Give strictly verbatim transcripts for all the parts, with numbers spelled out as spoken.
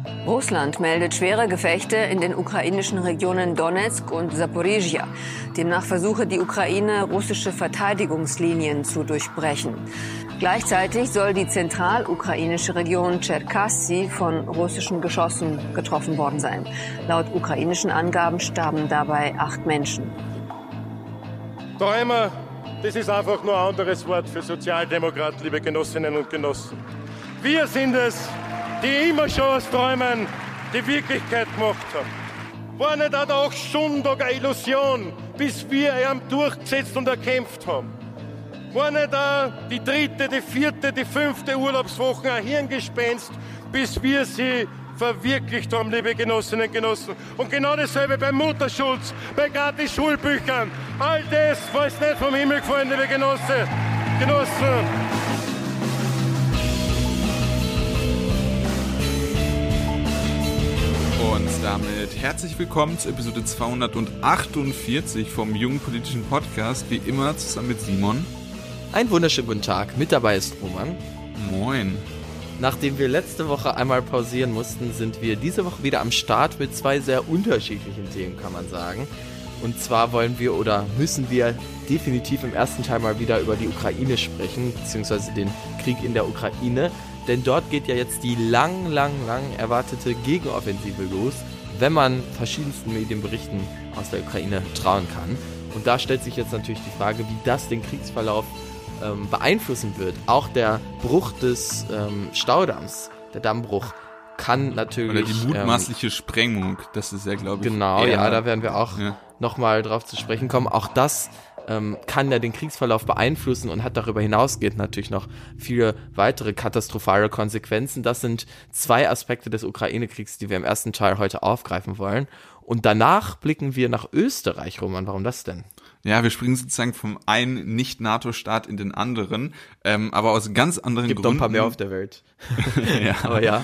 Russland meldet schwere Gefechte in den ukrainischen Regionen Donezk und Saporizhia. Demnach versuche die Ukraine, russische Verteidigungslinien zu durchbrechen. Gleichzeitig soll die zentralukrainische Region Tscherkassy von russischen Geschossen getroffen worden sein. Laut ukrainischen Angaben starben dabei acht Menschen. Träumer, das ist einfach nur ein anderes Wort für Sozialdemokrat, liebe Genossinnen und Genossen. Wir sind es, die immer schon aus Träumen die Wirklichkeit gemacht haben. War nicht auch der acht-Stunden-Tag eine Illusion, bis wir ihn durchgesetzt und erkämpft haben. War nicht auch die dritte, die vierte, die fünfte Urlaubswoche ein Hirngespenst, bis wir sie verwirklicht haben, liebe Genossinnen und Genossen. Und genau dasselbe beim Mutterschutz, bei gratis Schulbüchern. All das war es nicht vom Himmel gefallen, liebe Genosse, Genossen. Und damit herzlich willkommen zur Episode zweihundertachtundvierzig vom Jungen Politischen Podcast, wie immer zusammen mit Simon. Einen wunderschönen guten Tag, mit dabei ist Roman. Moin. Nachdem wir letzte Woche einmal pausieren mussten, sind wir diese Woche wieder am Start mit zwei sehr unterschiedlichen Themen, kann man sagen. Und zwar wollen wir oder müssen wir definitiv im ersten Teil mal wieder über die Ukraine sprechen, beziehungsweise den Krieg in der Ukraine. Denn dort geht ja jetzt die lang, lang, lang erwartete Gegenoffensive los, wenn man verschiedensten Medienberichten aus der Ukraine trauen kann. Und da stellt sich jetzt natürlich die Frage, wie das den Kriegsverlauf ähm, beeinflussen wird. Auch der Bruch des ähm, Staudamms, der Dammbruch, kann natürlich... Oder die mutmaßliche ähm, Sprengung, das ist ja, glaube ich... Genau, eher, ja, da werden wir auch ja. nochmal drauf zu sprechen kommen. Auch das ähm, kann ja den Kriegsverlauf beeinflussen und hat darüber hinausgehend natürlich noch viele weitere katastrophale Konsequenzen. Das sind zwei Aspekte des Ukraine-Kriegs, die wir im ersten Teil heute aufgreifen wollen. Und danach blicken wir nach Österreich, Roman. Warum das denn? Ja, wir springen sozusagen vom einen Nicht-NATO-Staat in den anderen, ähm, aber aus ganz anderen Gibt Gründen. Gibt doch ein paar mehr auf der Welt. Ja. Aber ja.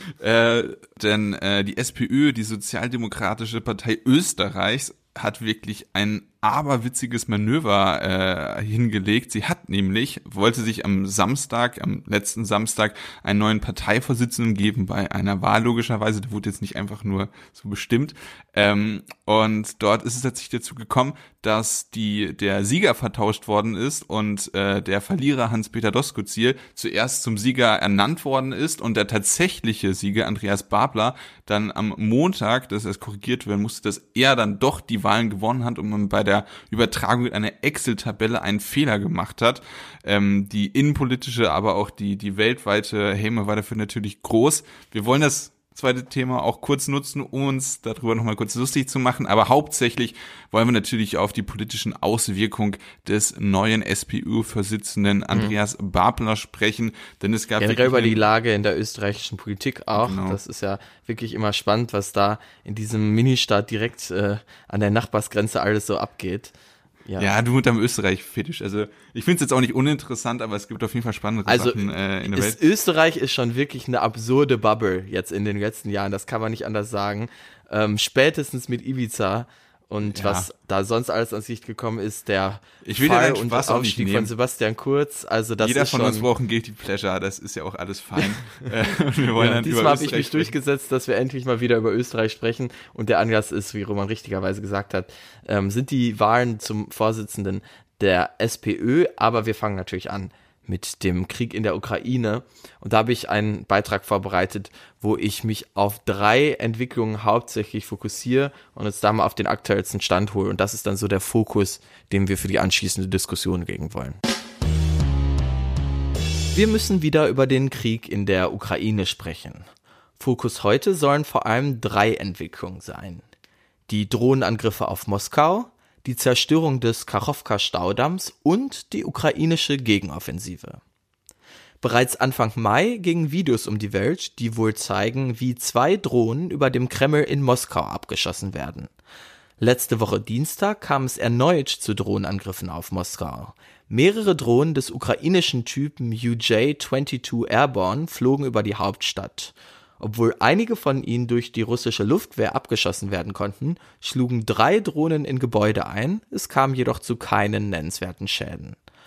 Äh, denn äh, die SPÖ, die Sozialdemokratische Partei Österreichs, hat wirklich ein aberwitziges Manöver äh, hingelegt. Sie hat nämlich, wollte sich am Samstag, am letzten Samstag, einen neuen Parteivorsitzenden geben bei einer Wahl, logischerweise. Der wurde jetzt nicht einfach nur so bestimmt. Ähm, und dort ist es tatsächlich dazu gekommen, dass die der Sieger vertauscht worden ist und äh, der Verlierer Hans-Peter Doskozil zuerst zum Sieger ernannt worden ist und der tatsächliche Sieger Andreas Babler dann am Montag, dass es korrigiert werden musste, dass er dann doch die Wahlen gewonnen hat und man bei der Übertragung mit einer Excel-Tabelle einen Fehler gemacht hat. Ähm, die innenpolitische, aber auch die die weltweite Häme war dafür natürlich groß. Wir wollen das zweite Thema auch kurz nutzen, um uns darüber nochmal kurz lustig zu machen, aber hauptsächlich wollen wir natürlich auf die politischen Auswirkungen des neuen SPÖ-Vorsitzenden Andreas mhm. Babler sprechen, denn es gab generell über die Lage in der österreichischen Politik auch. Genau. Das ist ja wirklich immer spannend, was da in diesem Ministaat direkt äh, an der Nachbarsgrenze alles so abgeht. Ja. ja, du mit deinem Österreich-Fetisch. Also ich finde es jetzt auch nicht uninteressant, aber es gibt auf jeden Fall spannende also Sachen äh, in der ist, Welt. Österreich ist schon wirklich eine absurde Bubble jetzt in den letzten Jahren, das kann man nicht anders sagen. Ähm, spätestens mit Ibiza und ja. was da sonst alles ans Licht gekommen ist, der ich will Fall und Aufstieg von Sebastian Kurz. Also das Jeder ist von schon, uns braucht ein Guilty Pleasure, das ist ja auch alles fein. wir wollen ja, dann diesmal über habe ich mich sprechen. durchgesetzt, dass wir endlich mal wieder über Österreich sprechen. Und der Anlass ist, wie Roman richtigerweise gesagt hat, ähm, sind die Wahlen zum Vorsitzenden der SPÖ. Aber wir fangen natürlich an mit dem Krieg in der Ukraine. Und da habe ich einen Beitrag vorbereitet, wo ich mich auf drei Entwicklungen hauptsächlich fokussiere und jetzt da mal auf den aktuellsten Stand hole. Und das ist dann so der Fokus, den wir für die anschließende Diskussion legen wollen. Wir müssen wieder über den Krieg in der Ukraine sprechen. Fokus heute sollen vor allem drei Entwicklungen sein. Die Drohnenangriffe auf Moskau, die Zerstörung des Kachowka-Staudamms und die ukrainische Gegenoffensive. Bereits Anfang Mai gingen Videos um die Welt, die wohl zeigen, wie zwei Drohnen über dem Kreml in Moskau abgeschossen werden. Letzte Woche Dienstag kam es erneut zu Drohnenangriffen auf Moskau. Mehrere Drohnen des ukrainischen Typen U J zweiundzwanzig Airborne flogen über die Hauptstadt. Obwohl einige von ihnen durch die russische Luftwehr abgeschossen werden konnten, schlugen drei Drohnen in Gebäude ein, es kam jedoch zu keinen nennenswerten Schäden.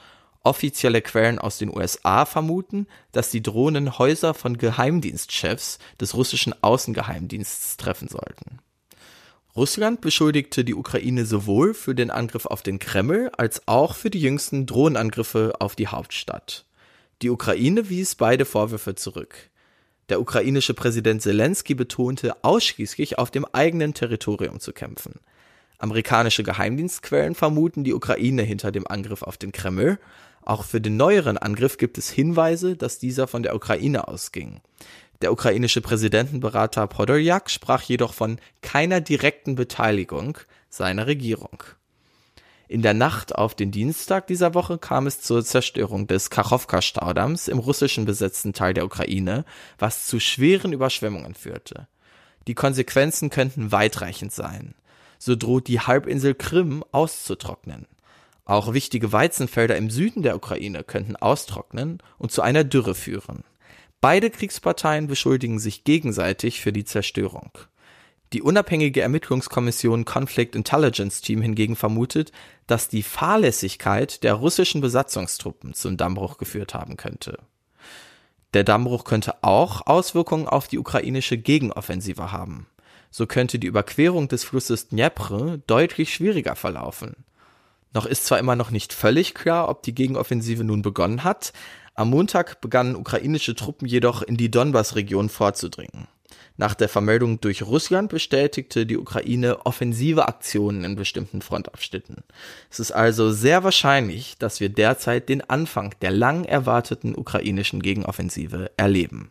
Offizielle Quellen aus den U S A vermuten, dass die Drohnen Häuser von Geheimdienstchefs des russischen Außengeheimdienstes treffen sollten. Russland beschuldigte die Ukraine sowohl für den Angriff auf den Kreml als auch für die jüngsten Drohnenangriffe auf die Hauptstadt. Die Ukraine wies beide Vorwürfe zurück. Der ukrainische Präsident Selenskyj betonte, ausschließlich auf dem eigenen Territorium zu kämpfen. Amerikanische Geheimdienstquellen vermuten die Ukraine hinter dem Angriff auf den Kreml. Auch für den neueren Angriff gibt es Hinweise, dass dieser von der Ukraine ausging. Der ukrainische Präsidentenberater Podolyak sprach jedoch von keiner direkten Beteiligung seiner Regierung. In der Nacht auf den Dienstag dieser Woche kam es zur Zerstörung des Kachowka-Staudamms im russischen besetzten Teil der Ukraine, was zu schweren Überschwemmungen führte. Die Konsequenzen könnten weitreichend sein. So droht die Halbinsel Krim auszutrocknen. Auch wichtige Weizenfelder im Süden der Ukraine könnten austrocknen und zu einer Dürre führen. Beide Kriegsparteien beschuldigen sich gegenseitig für die Zerstörung. Die unabhängige Ermittlungskommission Conflict Intelligence Team hingegen vermutet, dass die Fahrlässigkeit der russischen Besatzungstruppen zum Dammbruch geführt haben könnte. Der Dammbruch könnte auch Auswirkungen auf die ukrainische Gegenoffensive haben. So könnte die Überquerung des Flusses Dnepr deutlich schwieriger verlaufen. Noch ist zwar immer noch nicht völlig klar, ob die Gegenoffensive nun begonnen hat. Am Montag begannen ukrainische Truppen jedoch in die Donbass-Region vorzudringen. Nach der Vermeldung durch Russland bestätigte die Ukraine offensive Aktionen in bestimmten Frontabschnitten. Es ist also sehr wahrscheinlich, dass wir derzeit den Anfang der lang erwarteten ukrainischen Gegenoffensive erleben.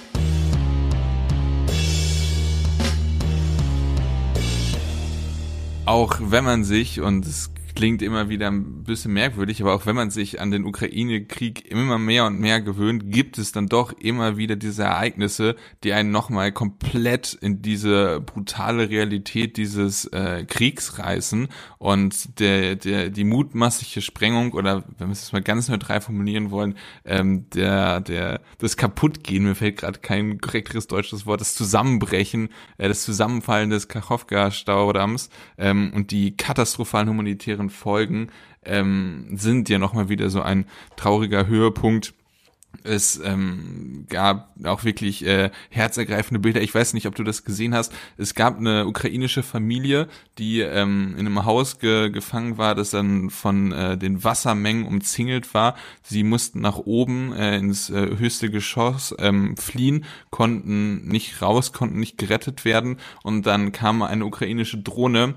Auch wenn man sich, und es klingt immer wieder ein bisschen merkwürdig, aber auch wenn man sich an den Ukraine-Krieg immer mehr und mehr gewöhnt, gibt es dann doch immer wieder diese Ereignisse, die einen nochmal komplett in diese brutale Realität dieses äh, Kriegs reißen, und der, der, die mutmaßliche Sprengung, oder wenn wir es mal ganz neutral formulieren wollen, ähm, der, der, das Kaputtgehen, mir fällt gerade kein korrekteres deutsches Wort, das Zusammenbrechen, äh, das Zusammenfallen des Kachowka-Staudamms ähm, und die katastrophalen humanitären Folgen ähm, sind ja nochmal wieder so ein trauriger Höhepunkt. Es ähm, gab auch wirklich äh, herzergreifende Bilder. Ich weiß nicht, ob du das gesehen hast. Es gab eine ukrainische Familie, die ähm, in einem Haus ge- gefangen war, das dann von äh, den Wassermengen umzingelt war. Sie mussten nach oben äh, ins äh, höchste Geschoss ähm, fliehen, konnten nicht raus, konnten nicht gerettet werden. Und dann kam eine ukrainische Drohne,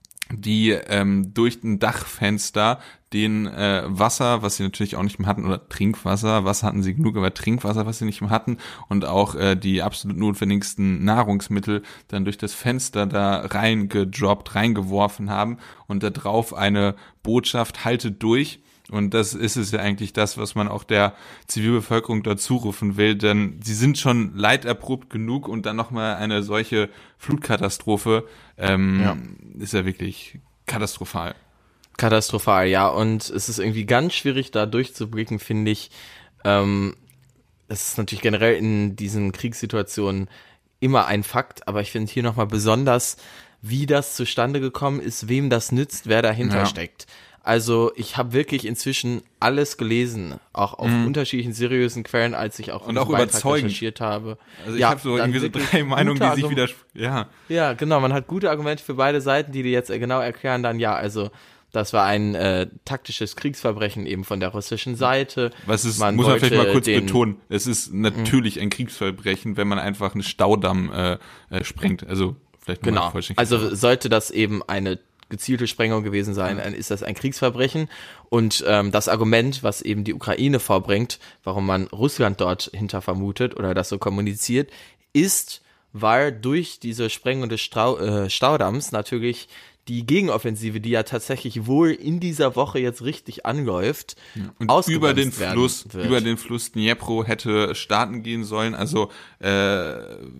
die ähm, durch ein Dachfenster den äh, Wasser, was sie natürlich auch nicht mehr hatten, oder Trinkwasser, Wasser hatten sie genug, aber Trinkwasser, was sie nicht mehr hatten, und auch äh, die absolut notwendigsten Nahrungsmittel dann durch das Fenster da reingedroppt, reingeworfen haben, und da drauf eine Botschaft: haltet durch. Und das ist es ja eigentlich das, was man auch der Zivilbevölkerung dazu rufen will, denn sie sind schon leiderprobt genug, und dann nochmal eine solche Flutkatastrophe ähm, ja. ist ja wirklich katastrophal. Katastrophal, ja, und es ist irgendwie ganz schwierig, da durchzublicken, finde ich. Ähm, das ist natürlich generell in diesen Kriegssituationen immer ein Fakt, aber ich finde hier nochmal besonders, wie das zustande gekommen ist, wem das nützt, wer dahinter ja. steckt. Also ich habe wirklich inzwischen alles gelesen, auch auf mhm. unterschiedlichen seriösen Quellen, als ich auch und auch überzeugend recherchiert habe. Also ich ja, habe so irgendwie so drei Meinungen, die sich widersprechen. Ja. ja, genau, man hat gute Argumente für beide Seiten, die dir jetzt genau erklären dann, ja, also das war ein äh, taktisches Kriegsverbrechen eben von der russischen Seite. Was ist, man muss man vielleicht mal kurz betonen, es ist natürlich mh. ein Kriegsverbrechen, wenn man einfach einen Staudamm äh, äh, sprengt. Also vielleicht noch genau. mal vollständig. Also sollte das eben eine gezielte Sprengung gewesen sein, dann ist das ein Kriegsverbrechen. Und ähm, das Argument, was eben die Ukraine vorbringt, warum man Russland dort hinter vermutet oder das so kommuniziert, ist, weil durch diese Sprengung des Stau, äh, Staudamms natürlich die Gegenoffensive, die ja tatsächlich wohl in dieser Woche jetzt richtig anläuft, ja. und über den Fluss, wird. über den Fluss Dnepro hätte starten gehen sollen, also äh,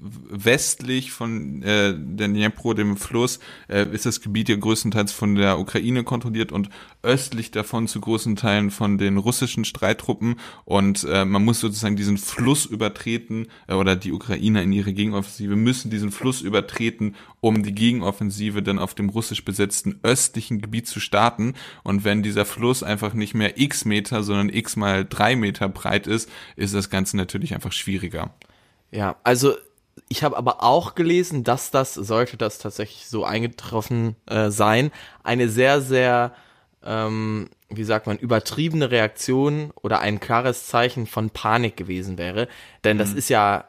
westlich von äh, der Dnepro, dem Fluss, äh, ist das Gebiet ja größtenteils von der Ukraine kontrolliert, und östlich davon zu großen Teilen von den russischen Streittruppen und äh, man muss sozusagen diesen Fluss übertreten äh, oder die Ukrainer in ihre Gegenoffensive müssen diesen Fluss übertreten, um die Gegenoffensive dann auf dem russisch besetzten östlichen Gebiet zu starten. Und wenn dieser Fluss einfach nicht mehr x Meter, sondern x mal drei Meter breit ist, ist das Ganze natürlich einfach schwieriger. Ja, also ich habe aber auch gelesen, dass das, sollte das tatsächlich so eingetroffen äh, sein, eine sehr, sehr Ähm, wie sagt man, übertriebene Reaktion oder ein klares Zeichen von Panik gewesen wäre. Denn mhm. das ist ja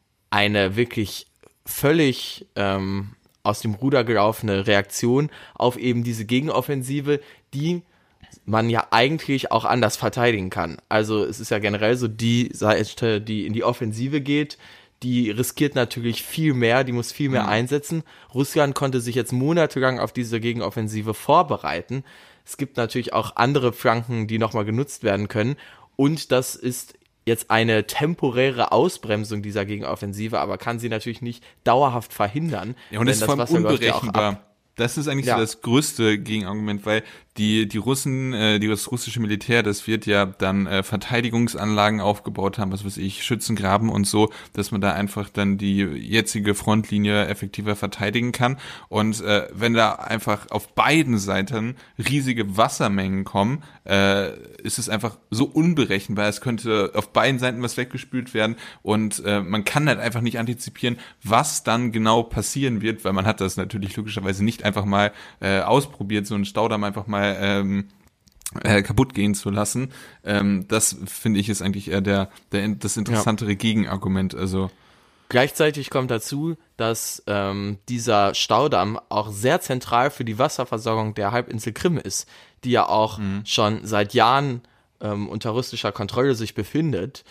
eine wirklich völlig ähm, aus dem Ruder gelaufene Reaktion auf eben diese Gegenoffensive, die man ja eigentlich auch anders verteidigen kann. Also es ist ja generell so, die Seite, die in die Offensive geht, die riskiert natürlich viel mehr, die muss viel mehr mhm. einsetzen. Russland konnte sich jetzt monatelang auf diese Gegenoffensive vorbereiten. Es gibt natürlich auch andere Flanken, die nochmal genutzt werden können. Und das ist jetzt eine temporäre Ausbremsung dieser Gegenoffensive, aber kann sie natürlich nicht dauerhaft verhindern. Ja, und das ist vor allem unberechenbar. Das ist eigentlich ja. so das größte Gegenargument, weil die die Russen, äh, die, das russische Militär, das wird ja dann äh, Verteidigungsanlagen aufgebaut haben, was weiß ich, Schützengraben und so, dass man da einfach dann die jetzige Frontlinie effektiver verteidigen kann. Und äh, wenn da einfach auf beiden Seiten riesige Wassermengen kommen, äh, ist es einfach so unberechenbar. Es könnte auf beiden Seiten was weggespült werden und äh, man kann halt einfach nicht antizipieren, was dann genau passieren wird, weil man hat das natürlich logischerweise nicht einfach mal äh, ausprobiert, so einen Staudamm einfach mal ähm, äh, kaputt gehen zu lassen. Ähm, das finde ich ist eigentlich eher der, der das interessantere ja. Gegenargument. Also gleichzeitig kommt dazu, dass ähm, dieser Staudamm auch sehr zentral für die Wasserversorgung der Halbinsel Krim ist, die ja auch mhm. schon seit Jahren ähm, unter russischer Kontrolle sich befindet.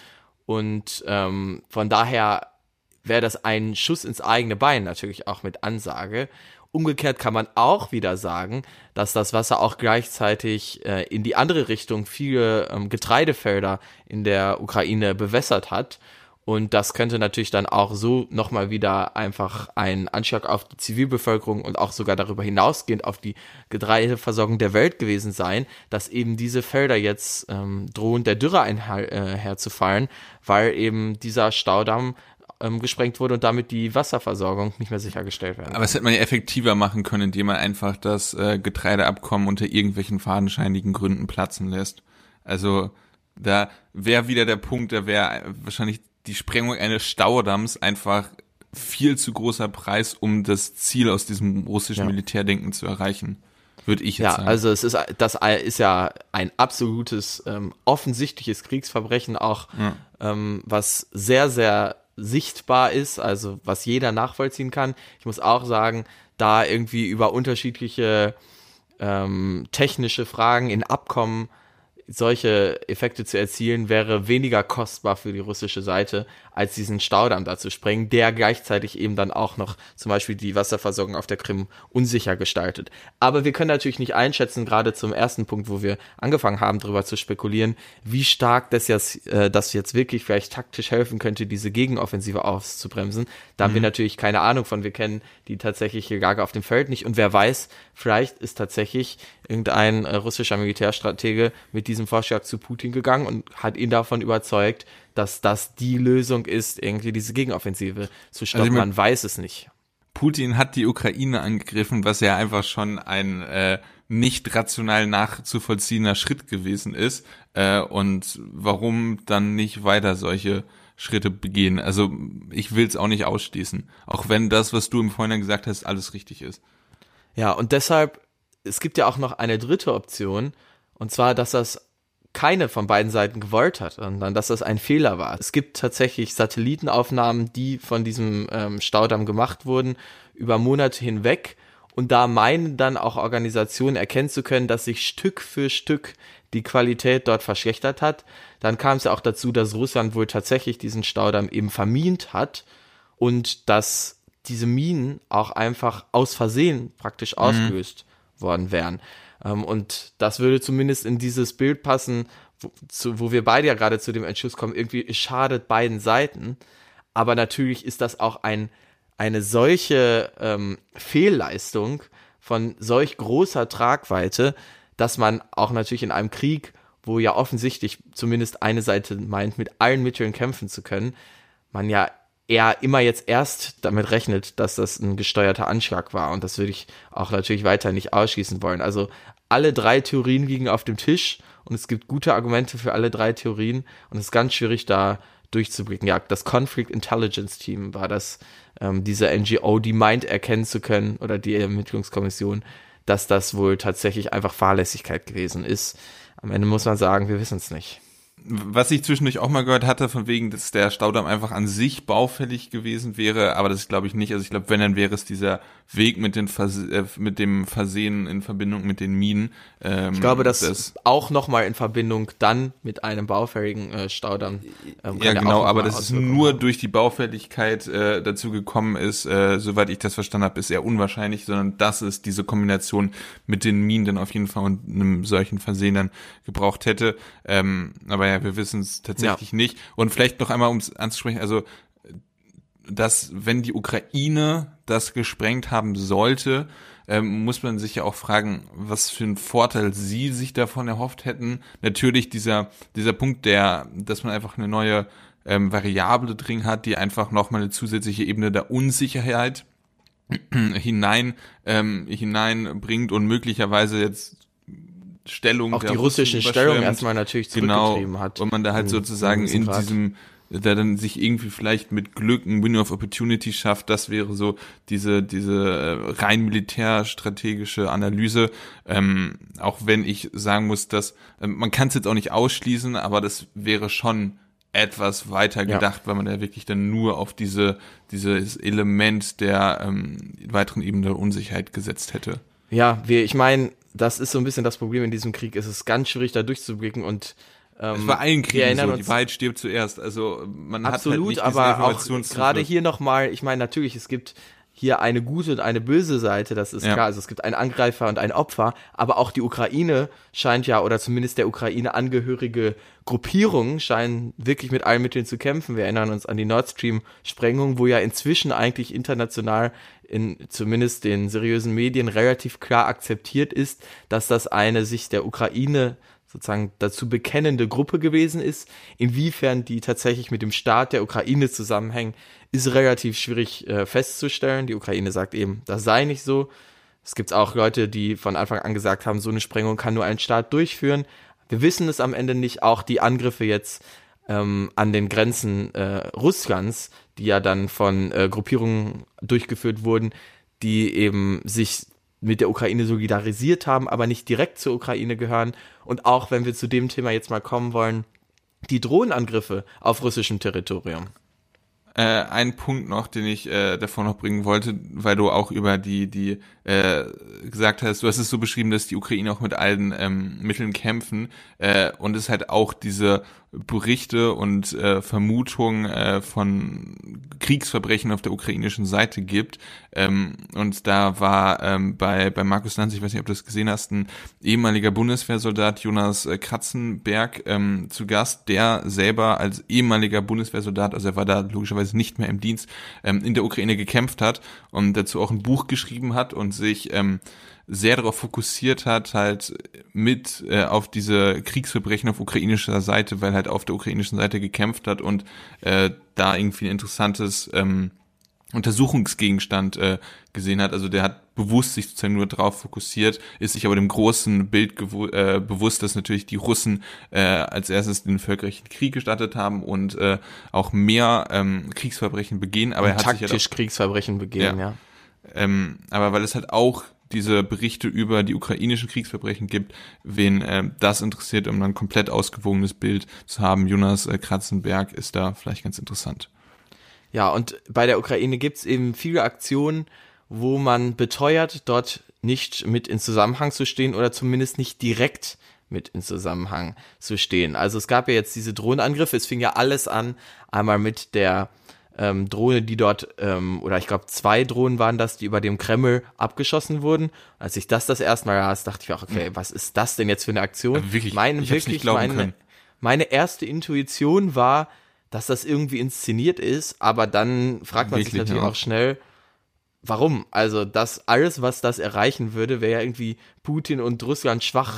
Und ähm, von daher wäre das ein Schuss ins eigene Bein, natürlich auch mit Ansage. Umgekehrt kann man auch wieder sagen, dass das Wasser auch gleichzeitig äh, in die andere Richtung viele ähm, Getreidefelder in der Ukraine bewässert hat. Und das könnte natürlich dann auch so nochmal wieder einfach ein Anschlag auf die Zivilbevölkerung und auch sogar darüber hinausgehend auf die Getreideversorgung der Welt gewesen sein, dass eben diese Felder jetzt ähm, drohen, der Dürre einherzufallen, weil eben dieser Staudamm gesprengt wurde und damit die Wasserversorgung nicht mehr sichergestellt werden. Aber das hätte man ja effektiver machen können, indem man einfach das äh, Getreideabkommen unter irgendwelchen fadenscheinigen Gründen platzen lässt. Also da wäre wieder der Punkt, da wäre wahrscheinlich die Sprengung eines Staudamms einfach viel zu großer Preis, um das Ziel aus diesem russischen ja. Militärdenken zu erreichen. Würde ich jetzt ja, sagen. Ja, also es ist das ist ja ein absolutes ähm, offensichtliches Kriegsverbrechen, auch ja. ähm, was sehr, sehr sichtbar ist, also was jeder nachvollziehen kann. Ich muss auch sagen, da irgendwie über unterschiedliche ähm, technische Fragen in Abkommen solche Effekte zu erzielen, wäre weniger kostbar für die russische Seite, als diesen Staudamm da zu sprengen, der gleichzeitig eben dann auch noch zum Beispiel die Wasserversorgung auf der Krim unsicher gestaltet. Aber wir können natürlich nicht einschätzen, gerade zum ersten Punkt, wo wir angefangen haben, darüber zu spekulieren, wie stark das jetzt, äh, das jetzt wirklich vielleicht taktisch helfen könnte, diese Gegenoffensive auszubremsen. Da mhm. haben wir natürlich keine Ahnung von. Wir kennen die tatsächliche Lage auf dem Feld nicht und wer weiß, vielleicht ist tatsächlich irgendein äh, russischer Militärstratege mit diesem Vorschlag zu Putin gegangen und hat ihn davon überzeugt, dass das die Lösung ist, irgendwie diese Gegenoffensive zu stoppen. Also man weiß es nicht. Putin hat die Ukraine angegriffen, was ja einfach schon ein äh, nicht rational nachzuvollziehender Schritt gewesen ist. Äh, und warum dann nicht weiter solche Schritte begehen? Also ich will es auch nicht ausschließen. Auch wenn das, was du im Vorhinein gesagt hast, alles richtig ist. Ja, und deshalb, es gibt ja auch noch eine dritte Option, und zwar, dass das keine von beiden Seiten gewollt hat, sondern dass das ein Fehler war. Es gibt tatsächlich Satellitenaufnahmen, die von diesem ähm, Staudamm gemacht wurden, über Monate hinweg. Und da meinen dann auch Organisationen erkennen zu können, dass sich Stück für Stück die Qualität dort verschlechtert hat. Dann kam es ja auch dazu, dass Russland wohl tatsächlich diesen Staudamm eben vermint hat und dass diese Minen auch einfach aus Versehen praktisch mhm. ausgelöst worden wären. Und das würde zumindest in dieses Bild passen, wo, zu, wo wir beide ja gerade zu dem Entschluss kommen, irgendwie es schadet beiden Seiten. Aber natürlich ist das auch ein, eine solche ähm, Fehlleistung von solch großer Tragweite, dass man auch natürlich in einem Krieg, wo ja offensichtlich zumindest eine Seite meint, mit allen Mitteln kämpfen zu können, man ja eher immer jetzt erst damit rechnet, dass das ein gesteuerter Anschlag war. Und das würde ich auch natürlich weiter nicht ausschließen wollen. Also alle drei Theorien liegen auf dem Tisch und es gibt gute Argumente für alle drei Theorien und es ist ganz schwierig, da durchzublicken. Ja, das Conflict Intelligence Team war das, ähm, diese N G O, die meint erkennen zu können, oder die Ermittlungskommission, dass das wohl tatsächlich einfach Fahrlässigkeit gewesen ist. Am Ende muss man sagen, wir wissen es nicht. Was ich zwischendurch auch mal gehört hatte, von wegen, dass der Staudamm einfach an sich baufällig gewesen wäre, aber das glaube ich nicht. Also ich glaube, wenn, dann wäre es dieser Weg mit den Verse- äh, mit dem Versehen in Verbindung mit den Minen. Ähm, ich glaube, dass das auch nochmal in Verbindung dann mit einem baufälligen äh, Staudamm. Ähm, ja, genau, aber dass es nur durch die Baufälligkeit äh, dazu gekommen ist, äh, soweit ich das verstanden habe, ist eher unwahrscheinlich, sondern dass es diese Kombination mit den Minen dann auf jeden Fall und einem solchen Versehen dann gebraucht hätte. Ähm, aber ja, wir wissen es tatsächlich ja. nicht. Und vielleicht noch einmal, um es anzusprechen, also dass, wenn die Ukraine das gesprengt haben sollte, ähm, muss man sich ja auch fragen, was für einen Vorteil sie sich davon erhofft hätten. Natürlich dieser dieser Punkt, der, dass man einfach eine neue ähm, Variable drin hat, die einfach nochmal eine zusätzliche Ebene der Unsicherheit hinein ähm, hineinbringt und möglicherweise jetzt Stellung auch die russische Stellung erstmal natürlich zurückgetrieben genau, hat. Und man da halt sozusagen in Grad. diesem, da dann sich irgendwie vielleicht mit Glück ein Window of Opportunity schafft, das wäre so diese diese rein militärstrategische Analyse, ähm, auch wenn ich sagen muss, dass ähm, man kann es jetzt auch nicht ausschließen, aber das wäre schon etwas weiter gedacht, ja. weil man ja wirklich dann nur auf diese dieses Element der ähm, weiteren Ebene der Unsicherheit gesetzt hätte. Ja, wir, ich meine, das ist so ein bisschen das Problem in diesem Krieg. Es ist ganz schwierig, da durchzublicken und ähm, es war allen Kriegen so, die Wahrheit stirbt zuerst. Also man absolut, hat halt nicht aber auch gerade hier nochmal, ich meine, natürlich, es gibt hier eine gute und eine böse Seite, das ist ja. klar. Also es gibt einen Angreifer und ein Opfer, aber auch die Ukraine scheint ja, oder zumindest der Ukraine angehörige Gruppierungen scheinen wirklich mit allen Mitteln zu kämpfen. Wir erinnern uns an die Nord Stream-Sprengung, wo ja inzwischen eigentlich international in zumindest den seriösen Medien relativ klar akzeptiert ist, dass das eine sich der Ukraine sozusagen dazu bekennende Gruppe gewesen ist. Inwiefern die tatsächlich mit dem Staat der Ukraine zusammenhängen, ist relativ schwierig äh, festzustellen. Die Ukraine sagt eben, das sei nicht so. Es gibt auch Leute, die von Anfang an gesagt haben, so eine Sprengung kann nur ein Staat durchführen. Wir wissen es am Ende nicht. Auch die Angriffe jetzt ähm, an den Grenzen äh, Russlands, die ja dann von äh, Gruppierungen durchgeführt wurden, die eben sich mit der Ukraine solidarisiert haben, aber nicht direkt zur Ukraine gehören. Und auch, wenn wir zu dem Thema jetzt mal kommen wollen, die Drohnenangriffe auf russischem Territorium. Äh, ein Punkt noch, den ich äh, davor noch bringen wollte, weil du auch über die, die äh, gesagt hast, du hast es so beschrieben, dass die Ukraine auch mit allen ähm, Mitteln kämpfen äh, und es halt auch diese Berichte und äh, Vermutungen äh, von Kriegsverbrechen auf der ukrainischen Seite gibt. Ähm, und da war ähm, bei bei Markus Lanz, ich weiß nicht, ob du das gesehen hast, ein ehemaliger Bundeswehrsoldat, Jonas äh, Katzenberg, ähm, zu Gast, der selber als ehemaliger Bundeswehrsoldat, also er war da logischerweise nicht mehr im Dienst, ähm, in der Ukraine gekämpft hat und dazu auch ein Buch geschrieben hat und sich ähm, sehr darauf fokussiert hat, halt mit äh, auf diese Kriegsverbrechen auf ukrainischer Seite, weil halt auf der ukrainischen Seite gekämpft hat und äh, da irgendwie ein interessantes ähm, Untersuchungsgegenstand äh, gesehen hat. Also der hat bewusst sich sozusagen nur darauf fokussiert, ist sich aber dem großen Bild gewu- äh, bewusst, dass natürlich die Russen äh, als erstes den völkerrechtlichen Krieg gestartet haben und äh, auch mehr ähm, Kriegsverbrechen begehen. Aber und er hat taktisch sich halt auch, Kriegsverbrechen begehen, ja. ja. Ähm, aber weil es halt auch diese Berichte über die ukrainischen Kriegsverbrechen gibt, wen äh, das interessiert, um ein komplett ausgewogenes Bild zu haben. Jonas äh, Katzenberg ist da vielleicht ganz interessant. Ja, und bei der Ukraine gibt's eben viele Aktionen, wo man beteuert, dort nicht mit in Zusammenhang zu stehen oder zumindest nicht direkt mit in Zusammenhang zu stehen. Also es gab ja jetzt diese Drohnenangriffe, es fing ja alles an, einmal mit der ähm, Drohne, die dort, ähm, oder ich glaube zwei Drohnen waren das, die über dem Kreml abgeschossen wurden. Als ich das das erste Mal las, dachte ich auch, okay, was ist das denn jetzt für eine Aktion? Also wirklich, meine, ich hab's wirklich, nicht glauben meine, können. meine erste Intuition war, dass das irgendwie inszeniert ist, aber dann fragt man Wirklich, sich natürlich ja. auch schnell, warum? Also das alles, was das erreichen würde, wäre ja irgendwie Putin und Russland schwach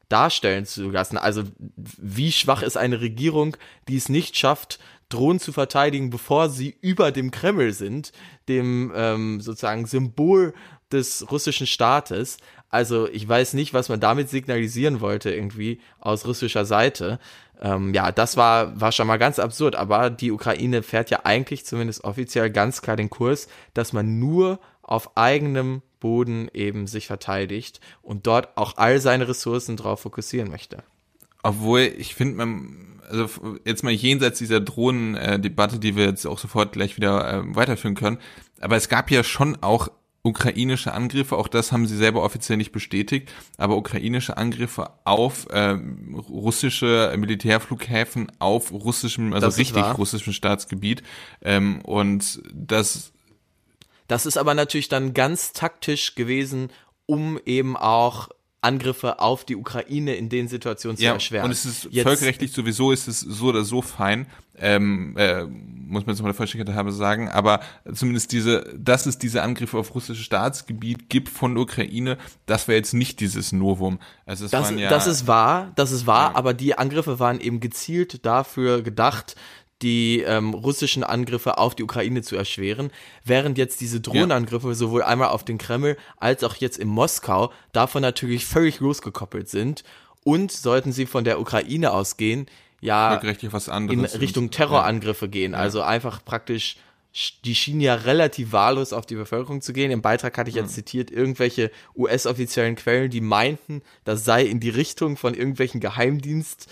darstellen zu lassen. Also wie schwach ist eine Regierung, die es nicht schafft, Drohnen zu verteidigen, bevor sie über dem Kreml sind, dem ähm, sozusagen Symbol des russischen Staates. Also ich weiß nicht, was man damit signalisieren wollte irgendwie aus russischer Seite. Ähm, ja, das war, war schon mal ganz absurd, aber die Ukraine fährt ja eigentlich zumindest offiziell ganz klar den Kurs, dass man nur auf eigenem Boden eben sich verteidigt und dort auch all seine Ressourcen drauf fokussieren möchte. Obwohl, ich finde, man, also jetzt mal jenseits dieser Drohnen-Debatte, die wir jetzt auch sofort gleich wieder äh, weiterführen können, aber es gab ja schon auch ukrainische Angriffe, auch das haben sie selber offiziell nicht bestätigt, aber ukrainische Angriffe auf äh, russische Militärflughäfen, auf russischem, also das richtig russischem Staatsgebiet ähm, und das Das ist aber natürlich dann ganz taktisch gewesen, um eben auch Angriffe auf die Ukraine in den Situationen zu ja, erschweren. Und es ist Jetzt, völkerrechtlich sowieso ist es so oder so fein, ähm, äh, muss man jetzt mal der Vollständigkeit halber sagen, aber zumindest diese, dass es diese Angriffe auf russisches Staatsgebiet gibt von der Ukraine, das wäre jetzt nicht dieses Novum. Also es das, waren ja, das ist wahr, das ist wahr, ja. aber die Angriffe waren eben gezielt dafür gedacht, die ähm, russischen Angriffe auf die Ukraine zu erschweren, während jetzt diese Drohnenangriffe ja. sowohl einmal auf den Kreml als auch jetzt in Moskau davon natürlich völlig losgekoppelt sind und sollten sie von der Ukraine ausgehen, ja was anderes in Richtung und, Terrorangriffe ja. gehen, ja. also einfach praktisch, die schienen ja relativ wahllos auf die Bevölkerung zu gehen. Im Beitrag hatte ich jetzt ja. zitiert, irgendwelche U S-offiziellen Quellen, die meinten, das sei in die Richtung von irgendwelchen Geheimdienst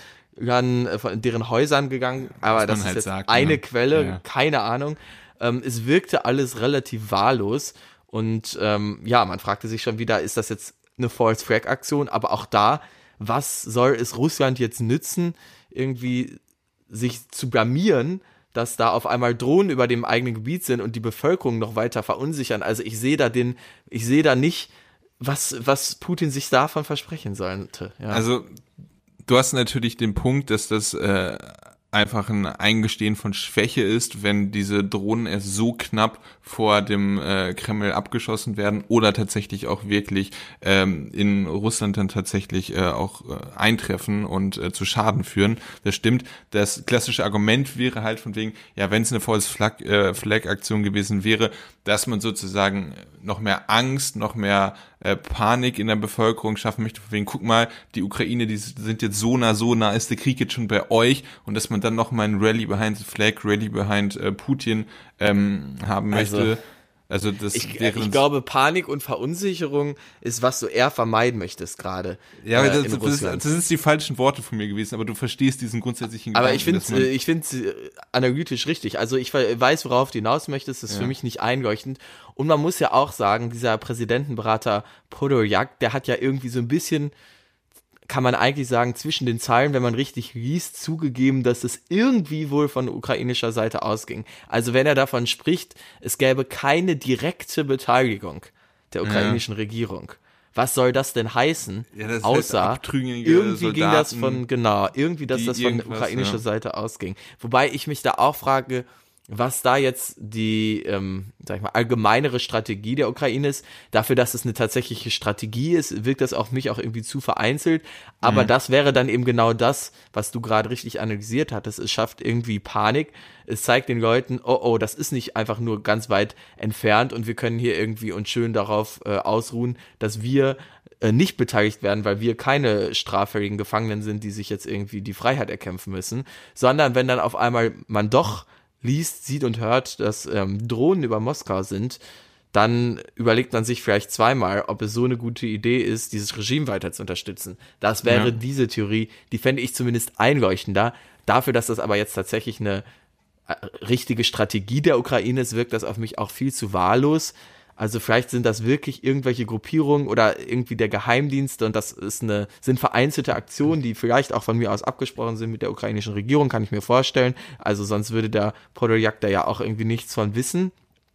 von deren Häusern gegangen, aber das ist halt jetzt sagt, eine ne? Quelle, ja. keine Ahnung. Ähm, es wirkte alles relativ wahllos und ähm, ja, man fragte sich schon wieder, ist das jetzt eine False-Flag-Aktion? Aber auch da, was soll es Russland jetzt nützen, irgendwie sich zu blamieren, dass da auf einmal Drohnen über dem eigenen Gebiet sind und die Bevölkerung noch weiter verunsichern? Also ich sehe da den, ich sehe da nicht, was, was Putin sich davon versprechen sollte. Ja. Also du hast natürlich den Punkt, dass das äh, einfach ein Eingestehen von Schwäche ist, wenn diese Drohnen erst so knapp vor dem äh, Kreml abgeschossen werden oder tatsächlich auch wirklich ähm, in Russland dann tatsächlich äh, auch äh, eintreffen und äh, zu Schaden führen. Das stimmt. Das klassische Argument wäre halt von wegen, ja, wenn es eine False Flag, äh, Flag Aktion gewesen wäre, dass man sozusagen noch mehr Angst, noch mehr äh, Panik in der Bevölkerung schaffen möchte, von wegen, guck mal, die Ukraine, die sind jetzt so nah, so nah ist der Krieg jetzt schon bei euch und dass man dann noch mal ein Rally behind the Flag, Rally behind äh, Putin ähm, haben möchte. Also, also das ich, wäre ich glaube, Panik und Verunsicherung ist, was du eher vermeiden möchtest gerade. Ja, aber äh, das, das, das sind die falschen Worte von mir gewesen, aber du verstehst diesen grundsätzlichen Aber Gedanken. ich finde ich finde es analytisch richtig. Also ich weiß, worauf du hinaus möchtest, das ist ja. für mich nicht einleuchtend. Und man muss ja auch sagen, dieser Präsidentenberater Podolyak, der hat ja irgendwie so ein bisschen, kann man eigentlich sagen, zwischen den Zeilen, wenn man richtig liest, zugegeben, dass es irgendwie wohl von ukrainischer Seite ausging. Also wenn er davon spricht, es gäbe keine direkte Beteiligung der ukrainischen ja. Regierung. Was soll das denn heißen? Ja, das Außer heißt, irgendwie Soldaten, ging das von, genau, irgendwie, dass das von ukrainischer ja. Seite ausging. Wobei ich mich da auch frage, was da jetzt die, ähm, sag ich mal, allgemeinere Strategie der Ukraine ist. Dafür, dass es eine tatsächliche Strategie ist, wirkt das auf mich auch irgendwie zu vereinzelt. Aber mhm. das wäre dann eben genau das, was du gerade richtig analysiert hattest. Es schafft irgendwie Panik. Es zeigt den Leuten, oh, oh, das ist nicht einfach nur ganz weit entfernt und wir können hier irgendwie uns schön darauf äh, ausruhen, dass wir äh, nicht beteiligt werden, weil wir keine straffälligen Gefangenen sind, die sich jetzt irgendwie die Freiheit erkämpfen müssen. Sondern wenn dann auf einmal man doch liest, sieht und hört, dass ähm, Drohnen über Moskau sind, dann überlegt man sich vielleicht zweimal, ob es so eine gute Idee ist, dieses Regime weiter zu unterstützen. Das wäre ja. diese Theorie, die fände ich zumindest einleuchtender. Dafür, dass das aber jetzt tatsächlich eine äh, richtige Strategie der Ukraine ist, wirkt das auf mich auch viel zu wahllos. Also vielleicht sind das wirklich irgendwelche Gruppierungen oder irgendwie der Geheimdienst und das ist eine, sind vereinzelte Aktionen, die vielleicht auch von mir aus abgesprochen sind mit der ukrainischen Regierung, kann ich mir vorstellen. Also sonst würde der Podolyak da ja auch irgendwie nichts von wissen.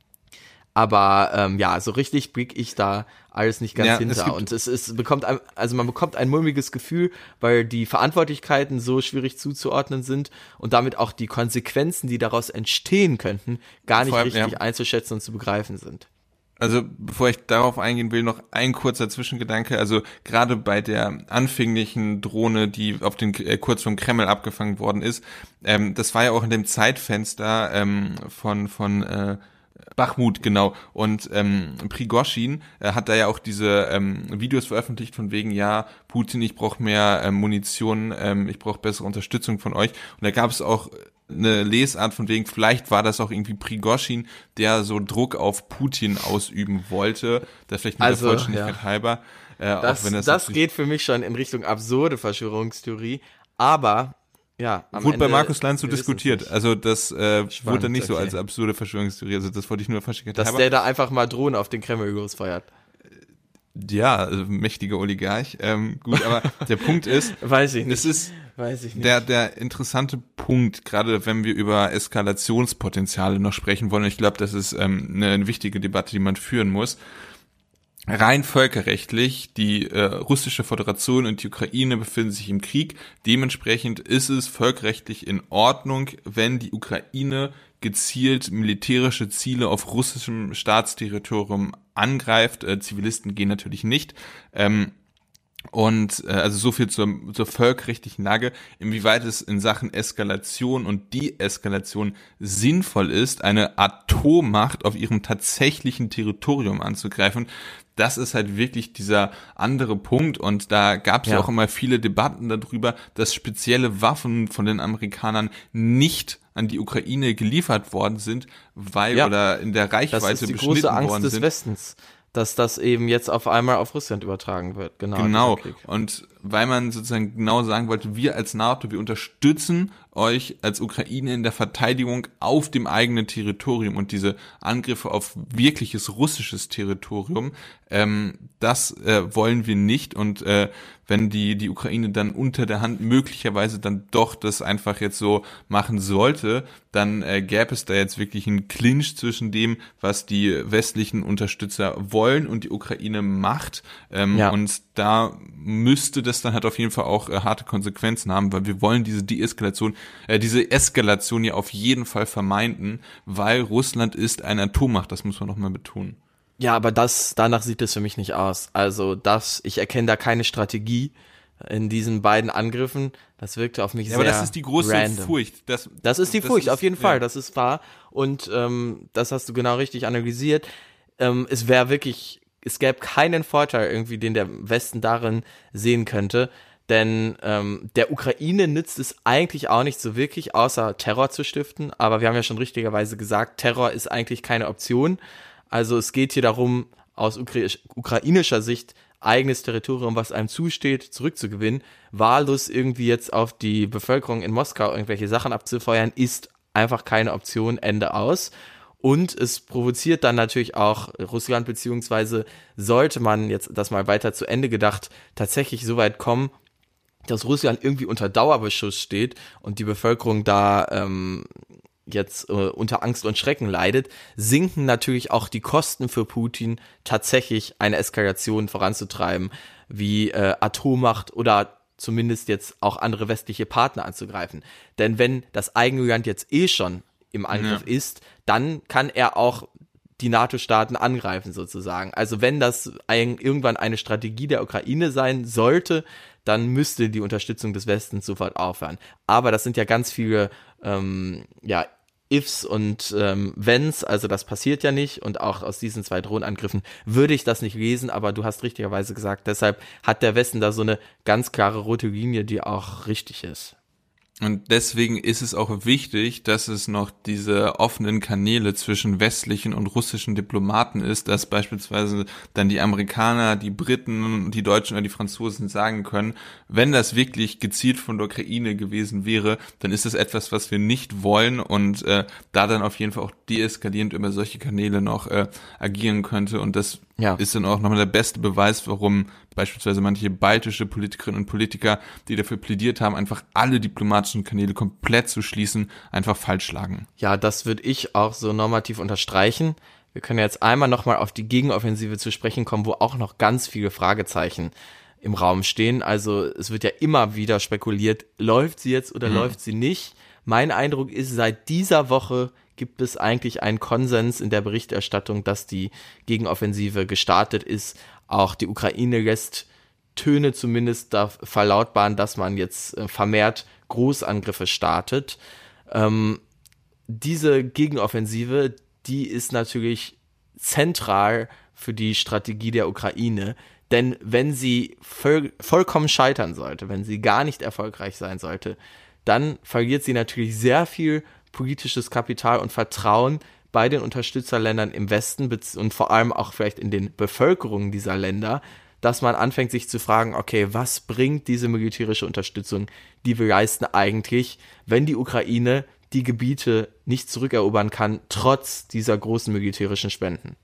Aber ähm, ja, so richtig blick ich da alles nicht ganz ja, hinter. Es und es ist, bekommt ein, also man bekommt ein mulmiges Gefühl, weil die Verantwortlichkeiten so schwierig zuzuordnen sind und damit auch die Konsequenzen, die daraus entstehen könnten, gar nicht allem, richtig ja. einzuschätzen und zu begreifen sind. Also bevor ich darauf eingehen will, noch ein kurzer Zwischengedanke. Also gerade bei der anfänglichen Drohne, die auf den äh, kurz vom Kreml abgefangen worden ist, ähm, das war ja auch in dem Zeitfenster ähm, von von äh, Bachmut, genau. Und ähm, Prigoschin äh, hat da ja auch diese ähm, Videos veröffentlicht von wegen, ja, Putin, ich brauche mehr ähm, Munition, ähm, ich brauche bessere Unterstützung von euch. Und da gab es auch eine Lesart von wegen, vielleicht war das auch irgendwie Prigoschin, der so Druck auf Putin ausüben wollte, das vielleicht mit also, der Vollständigkeit ja. halber. Äh, das auch wenn das, das geht für mich schon in Richtung absurde Verschwörungstheorie, aber ja, am wurde Ende, bei Markus Lanz so wir diskutiert, wissen's also das äh, Spannend, wurde nicht so okay. als absurde Verschwörungstheorie, also das wollte ich nur Vollständigkeit dass halber. der da einfach mal Drohnen auf den Kreml losfeuert. Ja, also mächtiger Oligarch. Ähm, gut, aber der Punkt ist, Weiß ich nicht. es ist Weiß ich nicht. der der interessante Punkt, gerade wenn wir über Eskalationspotenziale noch sprechen wollen. Ich glaube, das ist ähm, eine, eine wichtige Debatte, die man führen muss. Rein völkerrechtlich, die äh, russische Föderation und die Ukraine befinden sich im Krieg. Dementsprechend ist es völkerrechtlich in Ordnung, wenn die Ukraine gezielt militärische Ziele auf russischem Staatsterritorium angreift. Äh, Zivilisten gehen natürlich nicht. Ähm, Und äh, also so viel zur, zur völkerrechtlichen Lage, inwieweit es in Sachen Eskalation und Deeskalation sinnvoll ist, eine Atommacht auf ihrem tatsächlichen Territorium anzugreifen. Das ist halt wirklich dieser andere Punkt, und da gab es ja. ja auch immer viele Debatten darüber, dass spezielle Waffen von den Amerikanern nicht an die Ukraine geliefert worden sind, weil ja. oder in der Reichweite beschnitten worden sind. Das ist die große Angst des Westens, dass das eben jetzt auf einmal auf Russland übertragen wird. Genau. Genau. Und weil man sozusagen genau sagen wollte, wir als NATO, wir unterstützen euch als Ukraine in der Verteidigung auf dem eigenen Territorium, und diese Angriffe auf wirkliches russisches Territorium, ähm, das äh, wollen wir nicht. Und äh, wenn die die Ukraine dann unter der Hand möglicherweise dann doch das einfach jetzt so machen sollte, dann äh, gäbe es da jetzt wirklich einen Clinch zwischen dem, was die westlichen Unterstützer wollen und die Ukraine macht. Ähm, ja. Und da müsste das dann halt auf jeden Fall auch äh, harte Konsequenzen haben, weil wir wollen diese Deeskalation, äh, diese Eskalation ja auf jeden Fall vermeiden, weil Russland ist eine Atommacht, das muss man nochmal betonen. Ja, aber das, danach sieht es für mich nicht aus. Also das, ich erkenne da keine Strategie in diesen beiden Angriffen. Das wirkte auf mich ja, sehr random. Aber das ist die große random. Furcht. Das, das ist die das Furcht, ist, auf jeden Fall, ja. das ist wahr. Und ähm, das hast du genau richtig analysiert. Ähm, es wäre wirklich, es gäbe keinen Vorteil irgendwie, den der Westen darin sehen könnte. Denn ähm, der Ukraine nützt es eigentlich auch nicht so wirklich, außer Terror zu stiften. Aber wir haben ja schon richtigerweise gesagt, Terror ist eigentlich keine Option. Also es geht hier darum, aus ukra- ukrainischer Sicht eigenes Territorium, was einem zusteht, zurückzugewinnen. Wahllos irgendwie jetzt auf die Bevölkerung in Moskau irgendwelche Sachen abzufeuern, ist einfach keine Option, Ende aus. Und es provoziert dann natürlich auch Russland, beziehungsweise sollte man jetzt das mal weiter zu Ende gedacht tatsächlich so weit kommen, dass Russland irgendwie unter Dauerbeschuss steht und die Bevölkerung da ähm, jetzt äh, unter Angst und Schrecken leidet, sinken natürlich auch die Kosten für Putin, tatsächlich eine Eskalation voranzutreiben, wie äh, Atommacht oder zumindest jetzt auch andere westliche Partner anzugreifen. Denn wenn das eigene Land jetzt eh schon im Angriff ja. ist, dann kann er auch die NATO-Staaten angreifen sozusagen. Also wenn das ein, irgendwann eine Strategie der Ukraine sein sollte, dann müsste die Unterstützung des Westens sofort aufhören. Aber das sind ja ganz viele ähm, ja, Ifs und ähm, Wenns, also das passiert ja nicht, und auch aus diesen zwei Drohnenangriffen würde ich das nicht lesen, aber du hast richtigerweise gesagt, deshalb hat der Westen da so eine ganz klare rote Linie, die auch richtig ist. Und deswegen ist es auch wichtig, dass es noch diese offenen Kanäle zwischen westlichen und russischen Diplomaten ist, dass beispielsweise dann die Amerikaner, die Briten, die Deutschen oder die Franzosen sagen können, wenn das wirklich gezielt von der Ukraine gewesen wäre, dann ist das etwas, was wir nicht wollen, und äh, da dann auf jeden Fall auch deeskalierend über solche Kanäle noch äh, agieren könnte. Und das ja. ist dann auch nochmal der beste Beweis, warum beispielsweise manche baltische Politikerinnen und Politiker, die dafür plädiert haben, einfach alle diplomatischen Kanäle komplett zu schließen, einfach falsch lagen. Ja, das würde ich auch so normativ unterstreichen. Wir können jetzt einmal nochmal auf die Gegenoffensive zu sprechen kommen, wo auch noch ganz viele Fragezeichen im Raum stehen. Also es wird ja immer wieder spekuliert, läuft sie jetzt oder mhm. läuft sie nicht? Mein Eindruck ist, seit dieser Woche gibt es eigentlich einen Konsens in der Berichterstattung, dass die Gegenoffensive gestartet ist. Auch die Ukraine lässt Töne zumindest da verlautbaren, dass man jetzt vermehrt Großangriffe startet. Ähm, diese Gegenoffensive, die ist natürlich zentral für die Strategie der Ukraine, denn wenn sie voll, vollkommen scheitern sollte, wenn sie gar nicht erfolgreich sein sollte, dann verliert sie natürlich sehr viel politisches Kapital und Vertrauen bei den Unterstützerländern im Westen und vor allem auch vielleicht in den Bevölkerungen dieser Länder, dass man anfängt sich zu fragen, okay, was bringt diese militärische Unterstützung, die wir leisten eigentlich, wenn die Ukraine die Gebiete nicht zurückerobern kann, trotz dieser großen militärischen Spenden.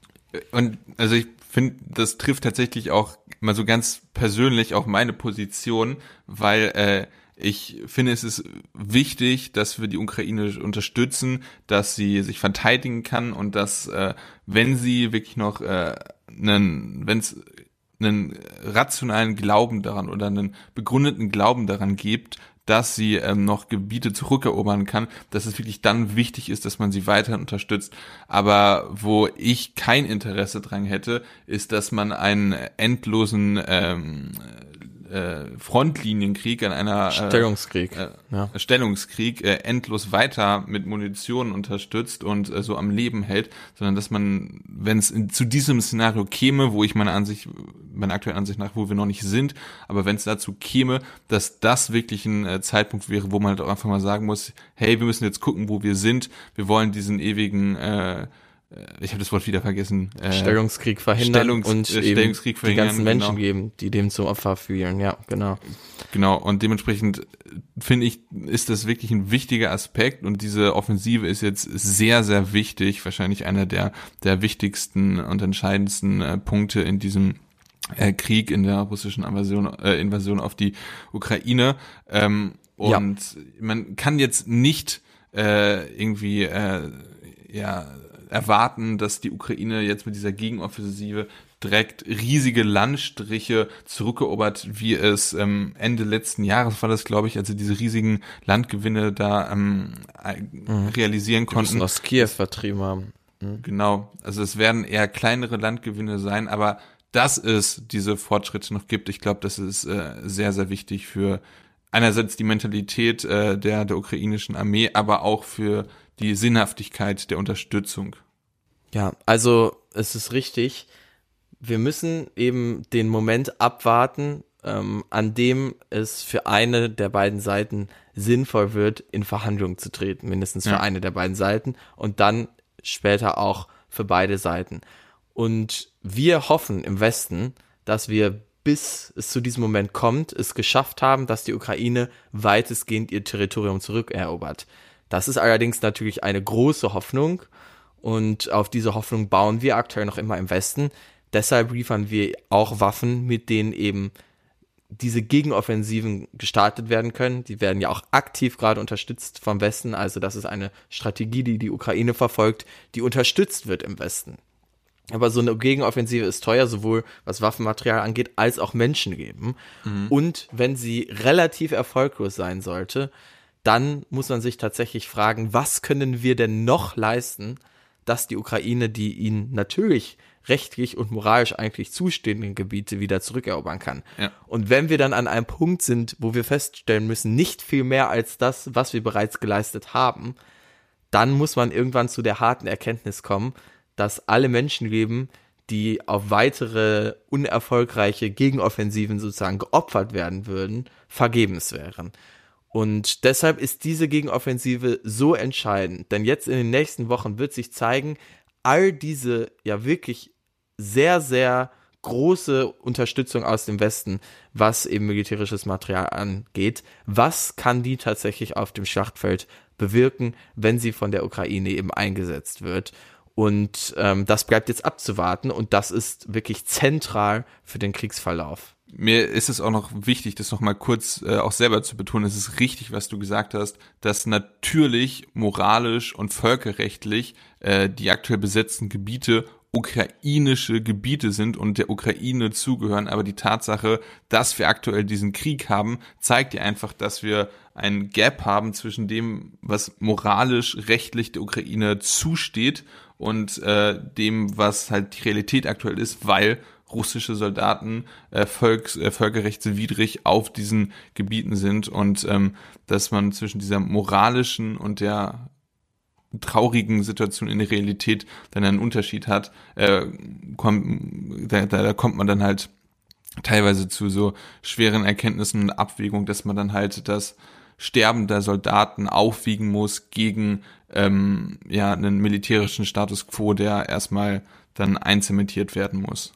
Und also ich finde, das trifft tatsächlich auch mal so ganz persönlich auch meine Position, weil äh, ich finde, es ist wichtig, dass wir die Ukraine unterstützen, dass sie sich verteidigen kann und dass, äh, wenn sie wirklich noch äh, einen, wenn es einen rationalen Glauben daran oder einen begründeten Glauben daran gibt, dass sie ähm, noch Gebiete zurückerobern kann, dass es wirklich dann wichtig ist, dass man sie weiterhin unterstützt. Aber wo ich kein Interesse dran hätte, ist, dass man einen endlosen ähm, äh, Frontlinienkrieg an einer Stellungskrieg, äh, äh, ja. Stellungskrieg äh, endlos weiter mit Munition unterstützt und äh, so am Leben hält, sondern dass man, wenn es zu diesem Szenario käme, wo ich meine Ansicht, meiner aktuellen Ansicht nach, wo wir noch nicht sind, aber wenn es dazu käme, dass das wirklich ein äh, Zeitpunkt wäre, wo man halt auch einfach mal sagen muss, hey, wir müssen jetzt gucken, wo wir sind, wir wollen diesen ewigen äh, ich habe das Wort wieder vergessen. Äh, Stellungskrieg verhindern Stellungs- und äh, eben Stellungskrieg verhindern, die ganzen Menschen genau. geben, die dem zum Opfer fielen. Ja, genau. Genau, und dementsprechend finde ich, ist das wirklich ein wichtiger Aspekt und diese Offensive ist jetzt sehr, sehr wichtig, wahrscheinlich einer der der wichtigsten und entscheidendsten äh, Punkte in diesem äh, Krieg, in der russischen Invasion, äh, Invasion auf die Ukraine. Ähm, und ja. Man kann jetzt nicht äh, irgendwie äh, ja erwarten, dass die Ukraine jetzt mit dieser Gegenoffensive direkt riesige Landstriche zurückerobert, wie es ähm, Ende letzten Jahres war das, glaube ich, als sie diese riesigen Landgewinne da ähm, mhm. realisieren konnten. Die aus Kiew vertrieben haben. Mhm. Genau, also es werden eher kleinere Landgewinne sein, aber dass es diese Fortschritte noch gibt, ich glaube, das ist äh, sehr, sehr wichtig für einerseits die Mentalität äh, der, der ukrainischen Armee, aber auch für die Sinnhaftigkeit der Unterstützung. Ja, also es ist richtig, wir müssen eben den Moment abwarten, ähm, an dem es für eine der beiden Seiten sinnvoll wird, in Verhandlungen zu treten, mindestens für ja. eine der beiden Seiten und dann später auch für beide Seiten. Und wir hoffen im Westen, dass wir, bis es zu diesem Moment kommt, es geschafft haben, dass die Ukraine weitestgehend ihr Territorium zurückerobert. Das ist allerdings natürlich eine große Hoffnung und auf diese Hoffnung bauen wir aktuell noch immer im Westen. Deshalb liefern wir auch Waffen, mit denen eben diese Gegenoffensiven gestartet werden können. Die werden ja auch aktiv gerade unterstützt vom Westen. Also das ist eine Strategie, die die Ukraine verfolgt, die unterstützt wird im Westen. Aber so eine Gegenoffensive ist teuer, sowohl was Waffenmaterial angeht, als auch Menschenleben. Mhm. Und wenn sie relativ erfolglos sein sollte, dann muss man sich tatsächlich fragen, was können wir denn noch leisten, dass die Ukraine die ihnen natürlich rechtlich und moralisch eigentlich zustehenden Gebiete wieder zurückerobern kann. Ja. Und wenn wir dann an einem Punkt sind, wo wir feststellen müssen, nicht viel mehr als das, was wir bereits geleistet haben, dann muss man irgendwann zu der harten Erkenntnis kommen, dass alle Menschenleben, die auf weitere unerfolgreiche Gegenoffensiven sozusagen geopfert werden würden, vergebens wären. Und deshalb ist diese Gegenoffensive so entscheidend, denn jetzt in den nächsten Wochen wird sich zeigen, all diese ja wirklich sehr, sehr große Unterstützung aus dem Westen, was eben militärisches Material angeht, was kann die tatsächlich auf dem Schlachtfeld bewirken, wenn sie von der Ukraine eben eingesetzt wird. Und ähm, das bleibt jetzt abzuwarten und das ist wirklich zentral für den Kriegsverlauf. Mir ist es auch noch wichtig, das noch mal kurz äh, auch selber zu betonen. Es ist richtig, was du gesagt hast, dass natürlich moralisch und völkerrechtlich äh, die aktuell besetzten Gebiete ukrainische Gebiete sind und der Ukraine zugehören, aber die Tatsache, dass wir aktuell diesen Krieg haben, zeigt ja einfach, dass wir ein Gap haben zwischen dem, was moralisch, rechtlich der Ukraine zusteht und äh, dem, was halt die Realität aktuell ist, weil russische Soldaten äh, volks, äh, völkerrechtswidrig auf diesen Gebieten sind und ähm, dass man zwischen dieser moralischen und der traurigen Situation in der Realität dann einen Unterschied hat, äh, kommt, da, da, da kommt man dann halt teilweise zu so schweren Erkenntnissen und Abwägungen, dass man dann halt das Sterben der Soldaten aufwiegen muss gegen ähm, ja einen militärischen Status quo, der erstmal dann einzementiert werden muss.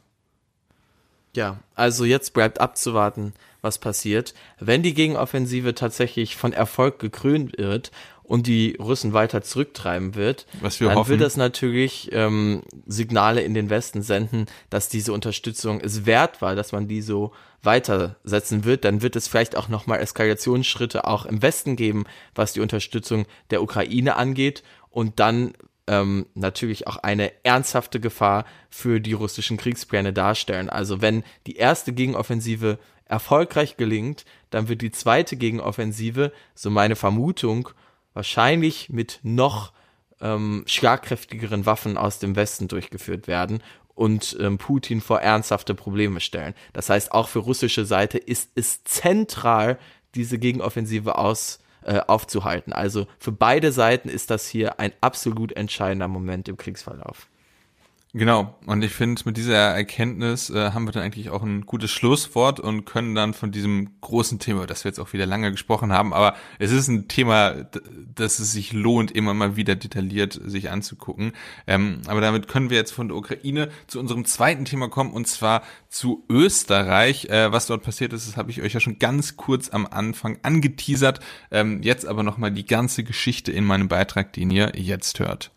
Ja, also jetzt bleibt abzuwarten, was passiert. Wenn die Gegenoffensive tatsächlich von Erfolg gekrönt wird und die Russen weiter zurücktreiben wird, was wir dann hoffen, wird das natürlich ähm, Signale in den Westen senden, dass diese Unterstützung es wert war, dass man die so weitersetzen wird. Dann wird es vielleicht auch nochmal Eskalationsschritte auch im Westen geben, was die Unterstützung der Ukraine angeht, und dann ähm, natürlich auch eine ernsthafte Gefahr für die russischen Kriegspläne darstellen. Also wenn die erste Gegenoffensive erfolgreich gelingt, dann wird die zweite Gegenoffensive, so meine Vermutung, wahrscheinlich mit noch ähm, schlagkräftigeren Waffen aus dem Westen durchgeführt werden und ähm, Putin vor ernsthafte Probleme stellen. Das heißt, auch für russische Seite ist es zentral, diese Gegenoffensive aus, äh, aufzuhalten. Also für beide Seiten ist das hier ein absolut entscheidender Moment im Kriegsverlauf. Genau, und ich finde, mit dieser Erkenntnis äh, haben wir dann eigentlich auch ein gutes Schlusswort und können dann von diesem großen Thema, das wir jetzt auch wieder lange gesprochen haben, aber es ist ein Thema, das es sich lohnt, immer mal wieder detailliert sich anzugucken. Ähm, aber damit können wir jetzt von der Ukraine zu unserem zweiten Thema kommen, und zwar zu Österreich. Äh, was dort passiert ist, das habe ich euch ja schon ganz kurz am Anfang angeteasert. Ähm, jetzt aber nochmal die ganze Geschichte in meinem Beitrag, den ihr jetzt hört.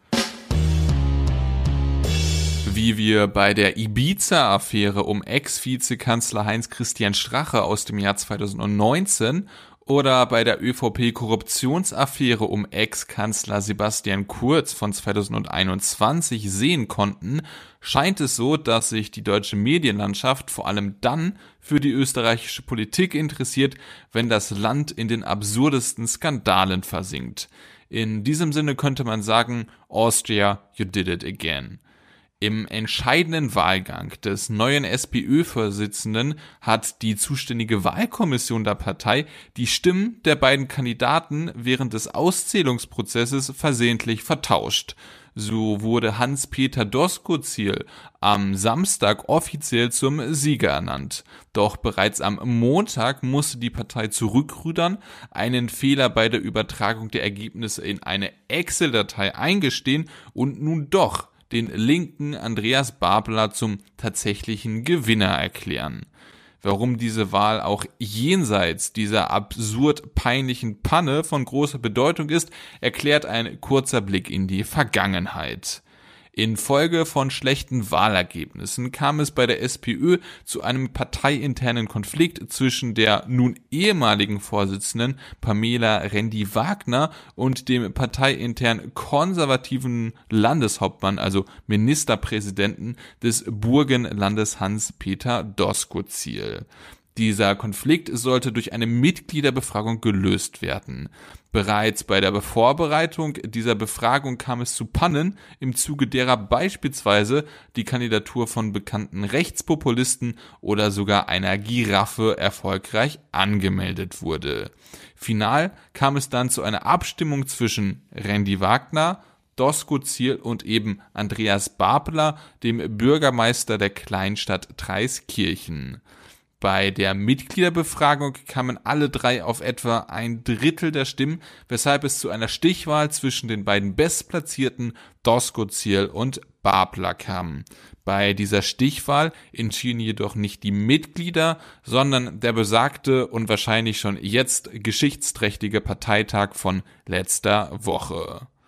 Wie wir bei der Ibiza-Affäre um Ex-Vizekanzler Heinz-Christian Strache aus dem Jahr zweitausendneunzehn oder bei der ÖVP-Korruptionsaffäre um Ex-Kanzler Sebastian Kurz von zweitausendeinundzwanzig sehen konnten, scheint es so, dass sich die deutsche Medienlandschaft vor allem dann für die österreichische Politik interessiert, wenn das Land in den absurdesten Skandalen versinkt. In diesem Sinne könnte man sagen, Austria, you did it again. Im entscheidenden Wahlgang des neuen SPÖ-Vorsitzenden hat die zuständige Wahlkommission der Partei die Stimmen der beiden Kandidaten während des Auszählungsprozesses versehentlich vertauscht. So wurde Hans-Peter Doskozil am Samstag offiziell zum Sieger ernannt. Doch bereits am Montag musste die Partei zurückrudern, einen Fehler bei der Übertragung der Ergebnisse in eine Excel-Datei eingestehen und nun doch den linken Andreas Babler zum tatsächlichen Gewinner erklären. Warum diese Wahl auch jenseits dieser absurd peinlichen Panne von großer Bedeutung ist, erklärt ein kurzer Blick in die Vergangenheit. Infolge von schlechten Wahlergebnissen kam es bei der SPÖ zu einem parteiinternen Konflikt zwischen der nun ehemaligen Vorsitzenden Pamela Rendi-Wagner und dem parteiintern konservativen Landeshauptmann, also Ministerpräsidenten des Burgenlandes Hans-Peter Doskozil. Dieser Konflikt sollte durch eine Mitgliederbefragung gelöst werden. Bereits bei der Vorbereitung dieser Befragung kam es zu Pannen, im Zuge derer beispielsweise die Kandidatur von bekannten Rechtspopulisten oder sogar einer Giraffe erfolgreich angemeldet wurde. Final kam es dann zu einer Abstimmung zwischen Rendi-Wagner, Doskozil und eben Andreas Babler, dem Bürgermeister der Kleinstadt Traiskirchen. Bei der Mitgliederbefragung kamen alle drei auf etwa ein Drittel der Stimmen, weshalb es zu einer Stichwahl zwischen den beiden Bestplatzierten Doskozil und Babler kam. Bei dieser Stichwahl entschieden jedoch nicht die Mitglieder, sondern der besagte und wahrscheinlich schon jetzt geschichtsträchtige Parteitag von letzter Woche.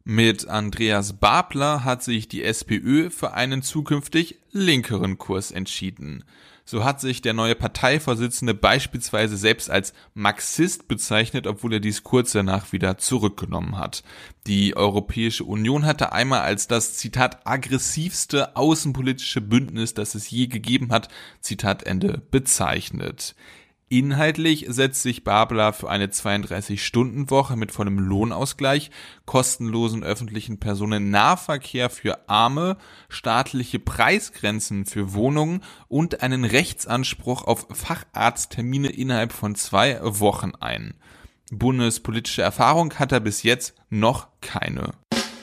Mit Andreas Babler hat sich die SPÖ für einen zukünftig linkeren Kurs entschieden. So hat sich der neue Parteivorsitzende beispielsweise selbst als Marxist bezeichnet, obwohl er dies kurz danach wieder zurückgenommen hat. Die Europäische Union hatte einmal als das, Zitat, aggressivste außenpolitische Bündnis, das es je gegeben hat, Zitat Ende, bezeichnet. Inhaltlich setzt sich Babler für eine zweiunddreißig-Stunden-Woche mit vollem Lohnausgleich, kostenlosen öffentlichen Personennahverkehr für Arme, staatliche Preisgrenzen für Wohnungen und einen Rechtsanspruch auf Facharzttermine innerhalb von zwei Wochen ein. Bundespolitische Erfahrung hat er bis jetzt noch keine.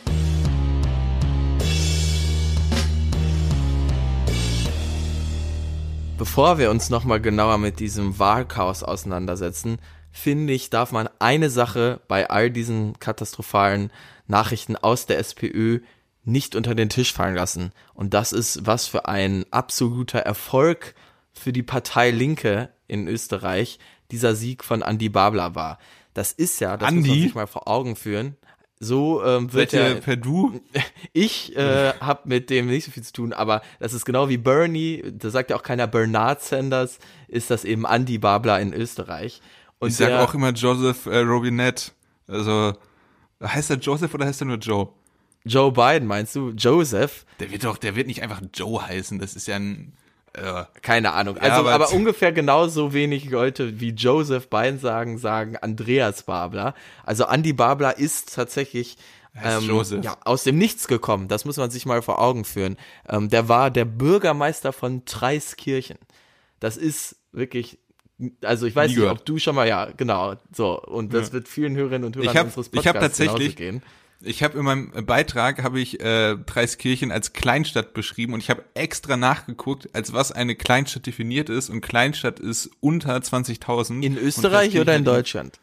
Bevor wir uns nochmal genauer mit diesem Wahlchaos auseinandersetzen, finde ich, darf man eine Sache bei all diesen katastrophalen Nachrichten aus der SPÖ nicht unter den Tisch fallen lassen. Und das ist, was für ein absoluter Erfolg für die Partei Linke in Österreich dieser Sieg von Andi Babler war. Das ist ja, das Andi? muss man sich mal vor Augen führen. So ähm, wird Seid ihr ja per Du? Ich äh, habe mit dem nicht so viel zu tun, aber das ist genau wie Bernie, da sagt ja auch keiner Bernard Sanders, ist das eben Andi Babler in Österreich. Und ich sage der, auch immer Joseph äh, Robinette. Also, heißt er Joseph oder heißt er nur Joe? Joe Biden, meinst du? Joseph? Der wird doch, der wird nicht einfach Joe heißen, das ist ja ein... Äh, Keine Ahnung. Ja, Also, aber, aber ungefähr genauso wenig Leute wie Joseph Biden sagen, sagen Andreas Babler. Also Andi Babler ist tatsächlich heißt Joseph. ja, aus dem Nichts gekommen. Das muss man sich mal vor Augen führen. Ähm, der war der Bürgermeister von Treiskirchen. Das ist wirklich, also ich weiß Nie nicht, gehört. ob du schon mal, ja, genau, so. Und das Ja. wird vielen Hörerinnen und Hörern Ich hab- unseres ich hab Podcasts tatsächlich- genauso gehen. Ich habe in meinem Beitrag habe ich äh, Treiskirchen als Kleinstadt beschrieben und ich habe extra nachgeguckt, als was eine Kleinstadt definiert ist, und Kleinstadt ist unter zwanzigtausend. In Und Österreich oder in Treiskirchen- Deutschland?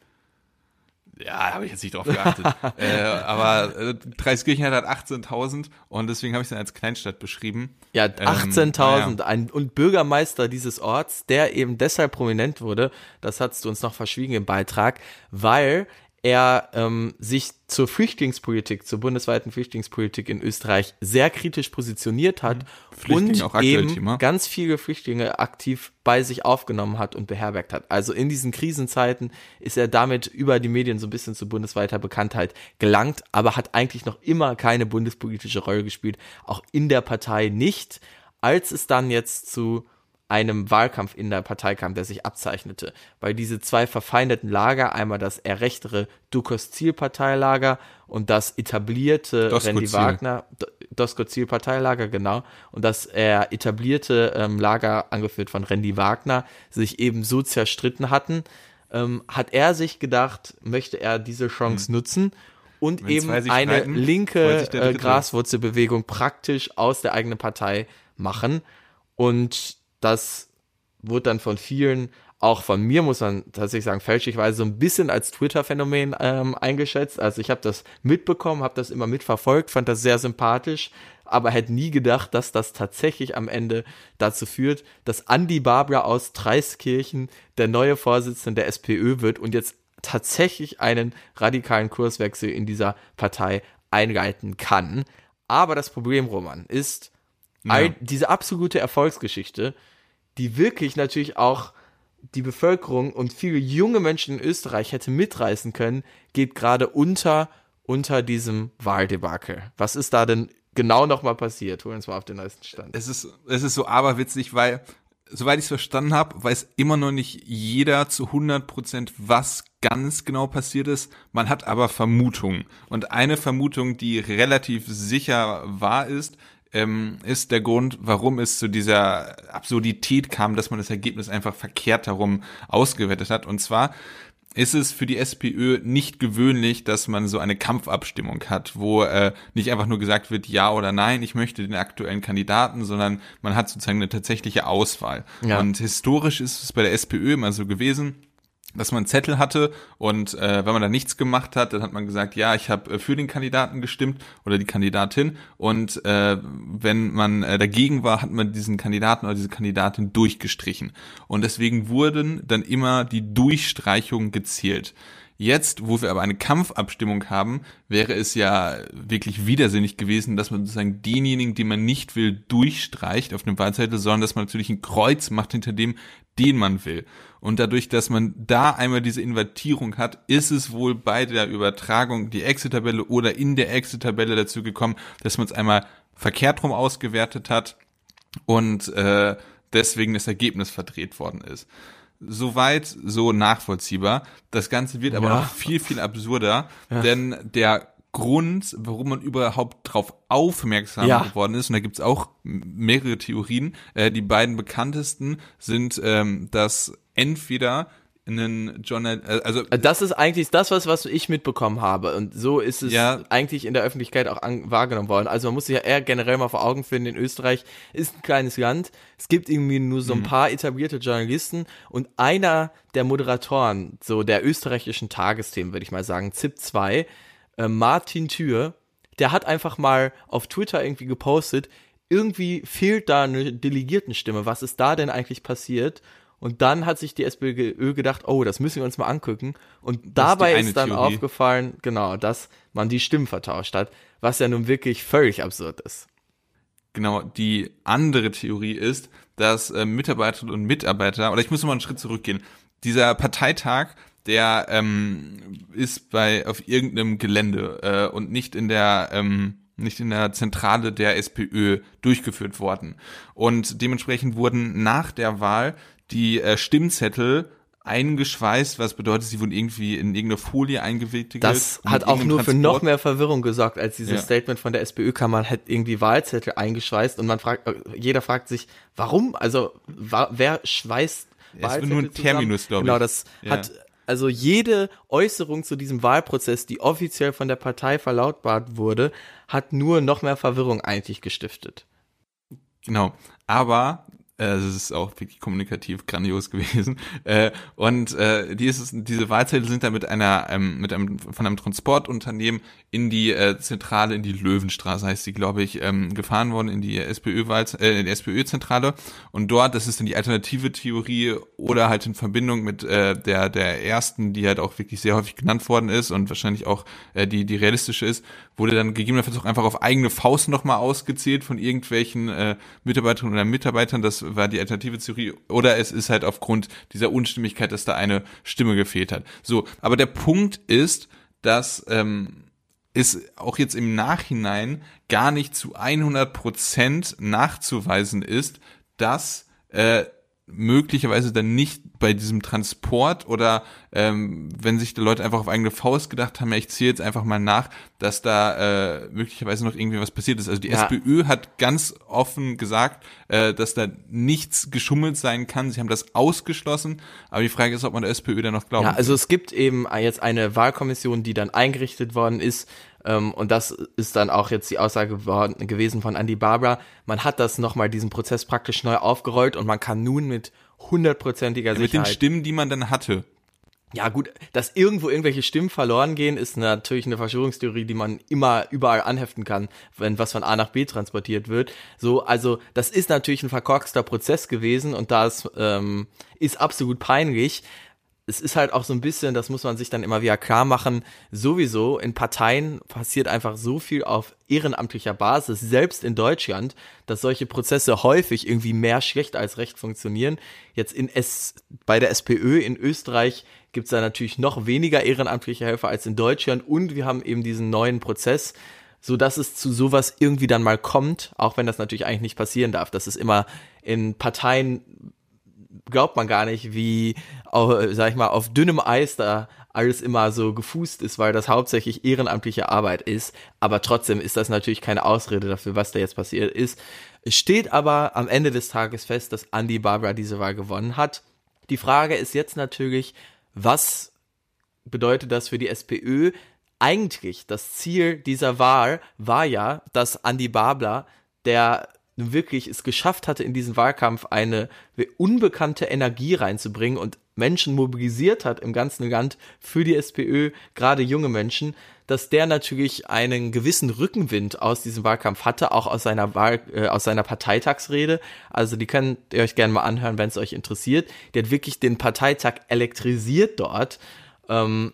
Ja, habe ich jetzt nicht drauf geachtet. äh, aber äh, Treiskirchen hat halt achtzehntausend und deswegen habe ich es dann als Kleinstadt beschrieben. Ja, Ähm, achtzehntausend naja. ein, und Bürgermeister dieses Orts, der eben deshalb prominent wurde, das hast du uns noch verschwiegen im Beitrag, weil er ähm, sich zur Flüchtlingspolitik, zur bundesweiten Flüchtlingspolitik in Österreich sehr kritisch positioniert hat Flüchtlinge, und auch aktuell eben Thema. ganz viele Flüchtlinge aktiv bei sich aufgenommen hat und beherbergt hat. Also in diesen Krisenzeiten ist er damit über die Medien so ein bisschen zu bundesweiter Bekanntheit gelangt, aber hat eigentlich noch immer keine bundespolitische Rolle gespielt, auch in der Partei nicht. Als es dann jetzt zu einem Wahlkampf in der Partei kam, der sich abzeichnete, weil diese zwei verfeindeten Lager, einmal das eher rechtere Ducos-Ziel-Parteilager und das etablierte Dosko Randy Ziel. Wagner, Dosko-Ziel-Parteilager, genau, und das eher etablierte ähm, Lager, angeführt von Randy Wagner, sich eben so zerstritten hatten, ähm, hat er sich gedacht, möchte er diese Chance nutzen und Wenn eben zwei sich eine streiten, freut linke sich der äh, Dritte. Graswurzelbewegung praktisch aus der eigenen Partei machen. Und das wurde dann von vielen, auch von mir, muss man tatsächlich sagen, fälschlicherweise so ein bisschen als Twitter-Phänomen ähm, eingeschätzt. Also ich habe das mitbekommen, habe das immer mitverfolgt, fand das sehr sympathisch, aber hätte nie gedacht, dass das tatsächlich am Ende dazu führt, dass Andi Babler aus Treiskirchen der neue Vorsitzende der SPÖ wird und jetzt tatsächlich einen radikalen Kurswechsel in dieser Partei einleiten kann. Aber das Problem, Roman, ist, all Ja. diese absolute Erfolgsgeschichte, die wirklich natürlich auch die Bevölkerung und viele junge Menschen in Österreich hätte mitreißen können, geht gerade unter, unter diesem Wahldebakel. Was ist da denn genau nochmal passiert? Hol uns mal auf den neuesten Stand. Es ist, es ist so aberwitzig, weil, soweit ich es verstanden habe, weiß immer noch nicht jeder zu hundert Prozent, was ganz genau passiert ist. Man hat aber Vermutungen. Und eine Vermutung, die relativ sicher wahr ist, ähm, ist der Grund, warum es zu dieser Absurdität kam, dass man das Ergebnis einfach verkehrt herum ausgewertet hat. Und zwar ist es für die SPÖ nicht gewöhnlich, dass man so eine Kampfabstimmung hat, wo äh, nicht einfach nur gesagt wird, ja oder nein, ich möchte den aktuellen Kandidaten, sondern man hat sozusagen eine tatsächliche Auswahl. Ja. Und historisch ist es bei der SPÖ immer so gewesen, dass man einen Zettel hatte und äh, wenn man da nichts gemacht hat, dann hat man gesagt, ja, ich habe äh, für den Kandidaten gestimmt oder die Kandidatin, und äh, wenn man äh, dagegen war, hat man diesen Kandidaten oder diese Kandidatin durchgestrichen. Und deswegen wurden dann immer die Durchstreichungen gezählt. Jetzt, wo wir aber eine Kampfabstimmung haben, wäre es ja wirklich widersinnig gewesen, dass man sozusagen denjenigen, den man nicht will, durchstreicht auf einem Wahlzettel, sondern dass man natürlich ein Kreuz macht hinter dem, den man will. Und dadurch, dass man da einmal diese Invertierung hat, ist es wohl bei der Übertragung die Exit-Tabelle oder in der Exit-Tabelle dazu gekommen, dass man es einmal verkehrt rum ausgewertet hat und äh, deswegen das Ergebnis verdreht worden ist. Soweit so nachvollziehbar. Das Ganze wird aber ja. noch viel, viel absurder, ja. denn der Grund, warum man überhaupt drauf aufmerksam ja. geworden ist, und da gibt's auch mehrere Theorien, äh, die beiden bekanntesten sind, ähm, dass entweder einen Journal, also das ist eigentlich das, was was ich mitbekommen habe, und so ist es ja. eigentlich in der Öffentlichkeit auch an, wahrgenommen worden. Also man muss sich ja eher generell mal vor Augen führen, in Österreich ist ein kleines Land, es gibt irgendwie nur so ein mhm. paar etablierte Journalisten, und einer der Moderatoren so der österreichischen Tagesthemen, würde ich mal sagen, Z I P zwei, äh, Martin Thür, der hat einfach mal auf Twitter irgendwie gepostet, irgendwie fehlt da eine Delegiertenstimme, was ist da denn eigentlich passiert? Und dann hat sich die SPÖ gedacht, oh, das müssen wir uns mal angucken. Und dabei ist, ist dann Theorie. aufgefallen, genau, dass man die Stimmen vertauscht hat, was ja nun wirklich völlig absurd ist. Genau, die andere Theorie ist, dass äh, Mitarbeiterinnen und Mitarbeiter, oder ich muss noch mal einen Schritt zurückgehen, dieser Parteitag, der ähm, ist bei auf irgendeinem Gelände äh, und nicht in der ähm, nicht in der Zentrale der SPÖ durchgeführt worden. Und dementsprechend wurden nach der Wahl die äh, Stimmzettel eingeschweißt, was bedeutet, sie wurden irgendwie in irgendeine Folie eingewickelt. Das hat auch nur Transport. Für noch mehr Verwirrung gesorgt, als dieses ja. Statement von der SPÖ-Kammer hat irgendwie Wahlzettel eingeschweißt, und man fragt, jeder fragt sich, warum? Also wa- wer schweißt Wahlzettel Wahlzettel Es wird nur ein Terminus, glaube ich. Genau, das ja. hat also jede Äußerung zu diesem Wahlprozess, die offiziell von der Partei verlautbart wurde, hat nur noch mehr Verwirrung eigentlich gestiftet. Genau, aber es äh, ist auch wirklich kommunikativ grandios gewesen. Äh, und äh, dieses, diese Wahlzettel sind dann mit einer, ähm, mit einem von einem Transportunternehmen in die äh, Zentrale, in die Löwenstraße, heißt sie, glaube ich, ähm, gefahren worden, in die SPÖ-Wahl, äh, in die SPÖ-Zentrale. Und dort, das ist dann die alternative Theorie oder halt in Verbindung mit äh, der der ersten, die halt auch wirklich sehr häufig genannt worden ist und wahrscheinlich auch äh, die die realistische ist, wurde dann gegebenenfalls auch einfach auf eigene Faust nochmal ausgezählt von irgendwelchen äh, Mitarbeiterinnen oder Mitarbeitern. Das war die alternative Theorie, oder es ist halt aufgrund dieser Unstimmigkeit, dass da eine Stimme gefehlt hat. So, aber der Punkt ist, dass ähm, es auch jetzt im Nachhinein gar nicht zu hundert Prozent nachzuweisen ist, dass äh, möglicherweise dann nicht bei diesem Transport oder ähm, wenn sich die Leute einfach auf eigene Faust gedacht haben, ja, ich zähle jetzt einfach mal nach, dass da äh, möglicherweise noch irgendwie was passiert ist. Also die ja. SPÖ hat ganz offen gesagt, äh, dass da nichts geschummelt sein kann. Sie haben das ausgeschlossen, aber die Frage ist, ob man der SPÖ da noch glaubt. Ja, also es gibt eben jetzt eine Wahlkommission, die dann eingerichtet worden ist, ähm, und das ist dann auch jetzt die Aussage worden, gewesen von Andi Barbara. Man hat das nochmal, diesen Prozess praktisch neu aufgerollt, und man kann nun mit hundertprozentiger ja, Sicherheit. Mit den Stimmen, die man dann hatte. Ja gut, dass irgendwo irgendwelche Stimmen verloren gehen, ist natürlich eine Verschwörungstheorie, die man immer überall anheften kann, wenn was von A nach B transportiert wird. So, also das ist natürlich ein verkorkster Prozess gewesen, und das ähm, ist absolut peinlich. Es ist halt auch so ein bisschen, das muss man sich dann immer wieder klar machen, sowieso in Parteien passiert einfach so viel auf ehrenamtlicher Basis, selbst in Deutschland, dass solche Prozesse häufig irgendwie mehr schlecht als recht funktionieren. Jetzt in S, bei der SPÖ in Österreich gibt's da natürlich noch weniger ehrenamtliche Helfer als in Deutschland, und wir haben eben diesen neuen Prozess, so dass es zu sowas irgendwie dann mal kommt, auch wenn das natürlich eigentlich nicht passieren darf. Das ist immer in Parteien, glaubt man gar nicht, wie, sag ich mal, auf dünnem Eis da alles immer so gefußt ist, weil das hauptsächlich ehrenamtliche Arbeit ist. Aber trotzdem ist das natürlich keine Ausrede dafür, was da jetzt passiert ist. Es steht aber am Ende des Tages fest, dass Andi Barbara diese Wahl gewonnen hat. Die Frage ist jetzt natürlich, was bedeutet das für die SPÖ? Eigentlich das Ziel dieser Wahl war ja, dass Andi Barbara, der wirklich es geschafft hatte, in diesen Wahlkampf eine unbekannte Energie reinzubringen und Menschen mobilisiert hat im ganzen Land für die SPÖ, gerade junge Menschen, dass der natürlich einen gewissen Rückenwind aus diesem Wahlkampf hatte, auch aus seiner Wahl, äh, aus seiner Parteitagsrede. Also die könnt ihr euch gerne mal anhören, wenn es euch interessiert. Der hat wirklich den Parteitag elektrisiert dort. Ähm,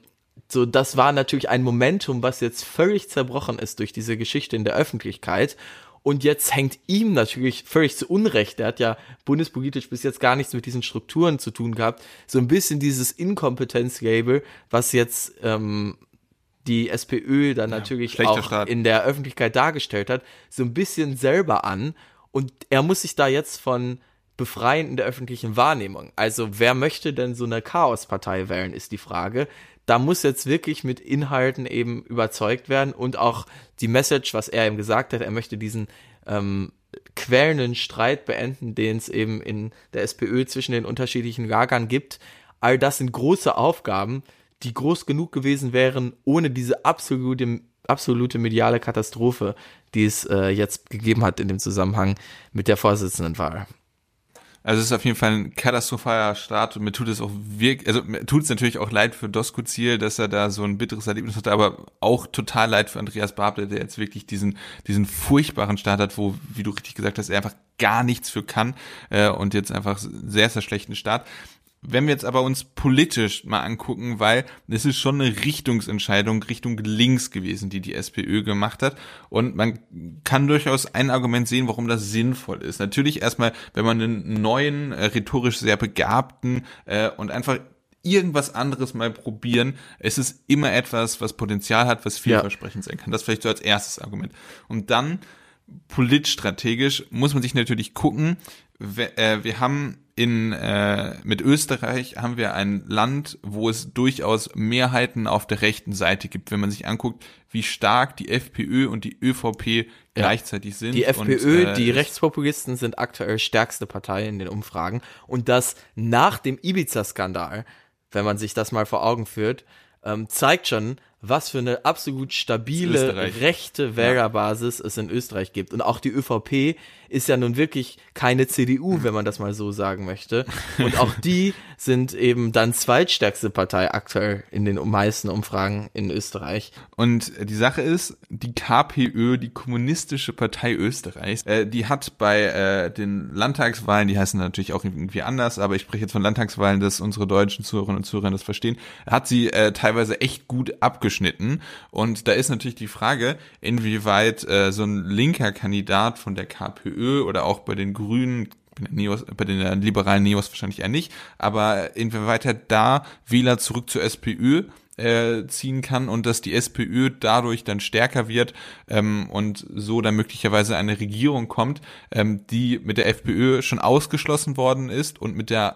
so, das war natürlich ein Momentum, was jetzt völlig zerbrochen ist durch diese Geschichte in der Öffentlichkeit. Und jetzt hängt ihm natürlich völlig zu Unrecht, der hat ja bundespolitisch bis jetzt gar nichts mit diesen Strukturen zu tun gehabt, so ein bisschen dieses Inkompetenz-Label, was jetzt ähm, die SPÖ dann ja, natürlich auch Start. in der Öffentlichkeit dargestellt hat, so ein bisschen selber an. Und er muss sich da jetzt von befreien in der öffentlichen Wahrnehmung. Also wer möchte denn so eine Chaospartei wählen, ist die Frage. Da muss jetzt wirklich mit Inhalten eben überzeugt werden und auch die Message, was er eben gesagt hat, er möchte diesen ähm, quälenden Streit beenden, den es eben in der SPÖ zwischen den unterschiedlichen Lagern gibt. All das sind große Aufgaben, die groß genug gewesen wären, ohne diese absolute, absolute mediale Katastrophe, die es äh, jetzt gegeben hat in dem Zusammenhang mit der Vorsitzendenwahl. Also es ist auf jeden Fall ein katastrophaler Start und mir tut es auch wirklich, also mir tut es natürlich auch leid für Doskozil, dass er da so ein bitteres Erlebnis hatte, aber auch total leid für Andreas Babler, der jetzt wirklich diesen diesen furchtbaren Start hat, wo, wie du richtig gesagt hast, er einfach gar nichts für kann äh, und jetzt einfach sehr, sehr schlechten Start. Wenn wir jetzt aber uns politisch mal angucken, weil es ist schon eine Richtungsentscheidung Richtung links gewesen, die die SPÖ gemacht hat, und man kann durchaus ein Argument sehen, warum das sinnvoll ist. Natürlich erstmal, wenn man einen neuen, äh, rhetorisch sehr begabten äh, und einfach irgendwas anderes mal probieren, es ist immer etwas, was Potenzial hat, was vielversprechend sein kann. Das vielleicht so als erstes Argument. Und dann politstrategisch muss man sich natürlich gucken, wir, äh, wir haben in äh, mit Österreich haben wir ein Land, wo es durchaus Mehrheiten auf der rechten Seite gibt, wenn man sich anguckt, wie stark die FPÖ und die ÖVP ja. gleichzeitig sind. Die FPÖ, und, äh, die Rechtspopulisten sind aktuell stärkste Partei in den Umfragen, und das nach dem Ibiza-Skandal, wenn man sich das mal vor Augen führt, ähm, zeigt schon, was für eine absolut stabile rechte Wählerbasis ja. es in Österreich gibt. Und auch die ÖVP ist ja nun wirklich keine C D U, wenn man das mal so sagen möchte. Und auch die sind eben dann zweitstärkste Partei aktuell in den meisten Umfragen in Österreich. Und die Sache ist, die KPÖ, die Kommunistische Partei Österreichs, äh, die hat bei äh, den Landtagswahlen, die heißen natürlich auch irgendwie anders, aber ich spreche jetzt von Landtagswahlen, dass unsere deutschen Zuhörerinnen und Zuhörer das verstehen, hat sie äh, teilweise echt gut abgeschnitten. Und da ist natürlich die Frage, inwieweit äh, so ein linker Kandidat von der KPÖ oder auch bei den Grünen, bei den, Neos, bei den liberalen Neos wahrscheinlich eher nicht, aber inwieweit er da Wähler zurück zur SPÖ äh, ziehen kann und dass die SPÖ dadurch dann stärker wird ähm, und so dann möglicherweise eine Regierung kommt, ähm, die mit der FPÖ schon ausgeschlossen worden ist und mit der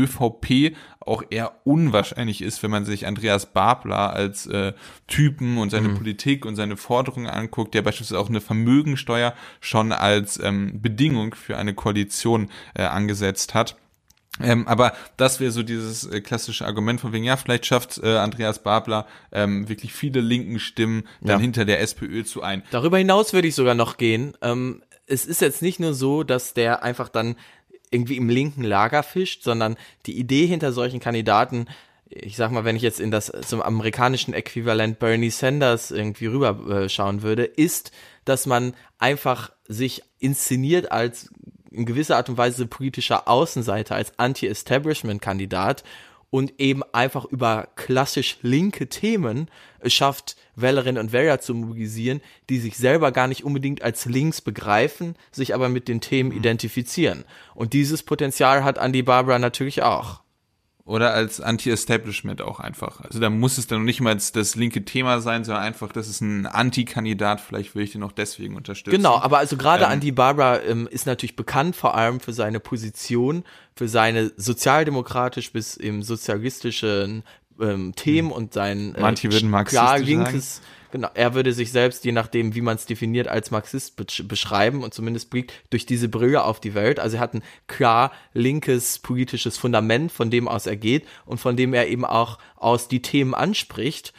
ÖVP auch eher unwahrscheinlich ist, wenn man sich Andreas Babler als äh, Typen und seine mhm. Politik und seine Forderungen anguckt, der beispielsweise auch eine Vermögensteuer schon als ähm, Bedingung für eine Koalition äh, angesetzt hat. Ähm, aber das wäre so dieses äh, klassische Argument von wegen, ja, vielleicht schafft äh, Andreas Babler ähm, wirklich viele linken Stimmen dann ja. hinter der SPÖ zu ein. Darüber hinaus würde ich sogar noch gehen. Ähm, es ist jetzt nicht nur so, dass der einfach dann irgendwie im linken Lager fischt, sondern die Idee hinter solchen Kandidaten, ich sag mal, wenn ich jetzt in das zum amerikanischen Äquivalent Bernie Sanders irgendwie rüber äh, schauen würde, ist, dass man einfach sich inszeniert als in gewisser Art und Weise politischer Außenseiter, als Anti-Establishment-Kandidat und eben einfach über klassisch linke Themen es schafft, Wählerinnen und Wähler zu mobilisieren, die sich selber gar nicht unbedingt als links begreifen, sich aber mit den Themen mhm. identifizieren. Und dieses Potenzial hat Andy Barbara natürlich auch. Oder als Anti-Establishment auch einfach. Also da muss es dann nicht mal das linke Thema sein, sondern einfach, das ist ein Anti-Kandidat, vielleicht will ich den auch deswegen unterstützen. Genau, aber also gerade ähm, Andy Barbara ähm, ist natürlich bekannt vor allem für seine Position, für seine sozialdemokratisch bis im sozialistischen ähm, Themen und sein äh, manche würden marxistisch linkes sagen. Genau, er würde sich selbst, je nachdem, wie man es definiert, als Marxist besch- beschreiben und zumindest blickt durch diese Brille auf die Welt. Also er hat ein klar linkes politisches Fundament, von dem aus er geht und von dem er eben auch aus die Themen anspricht.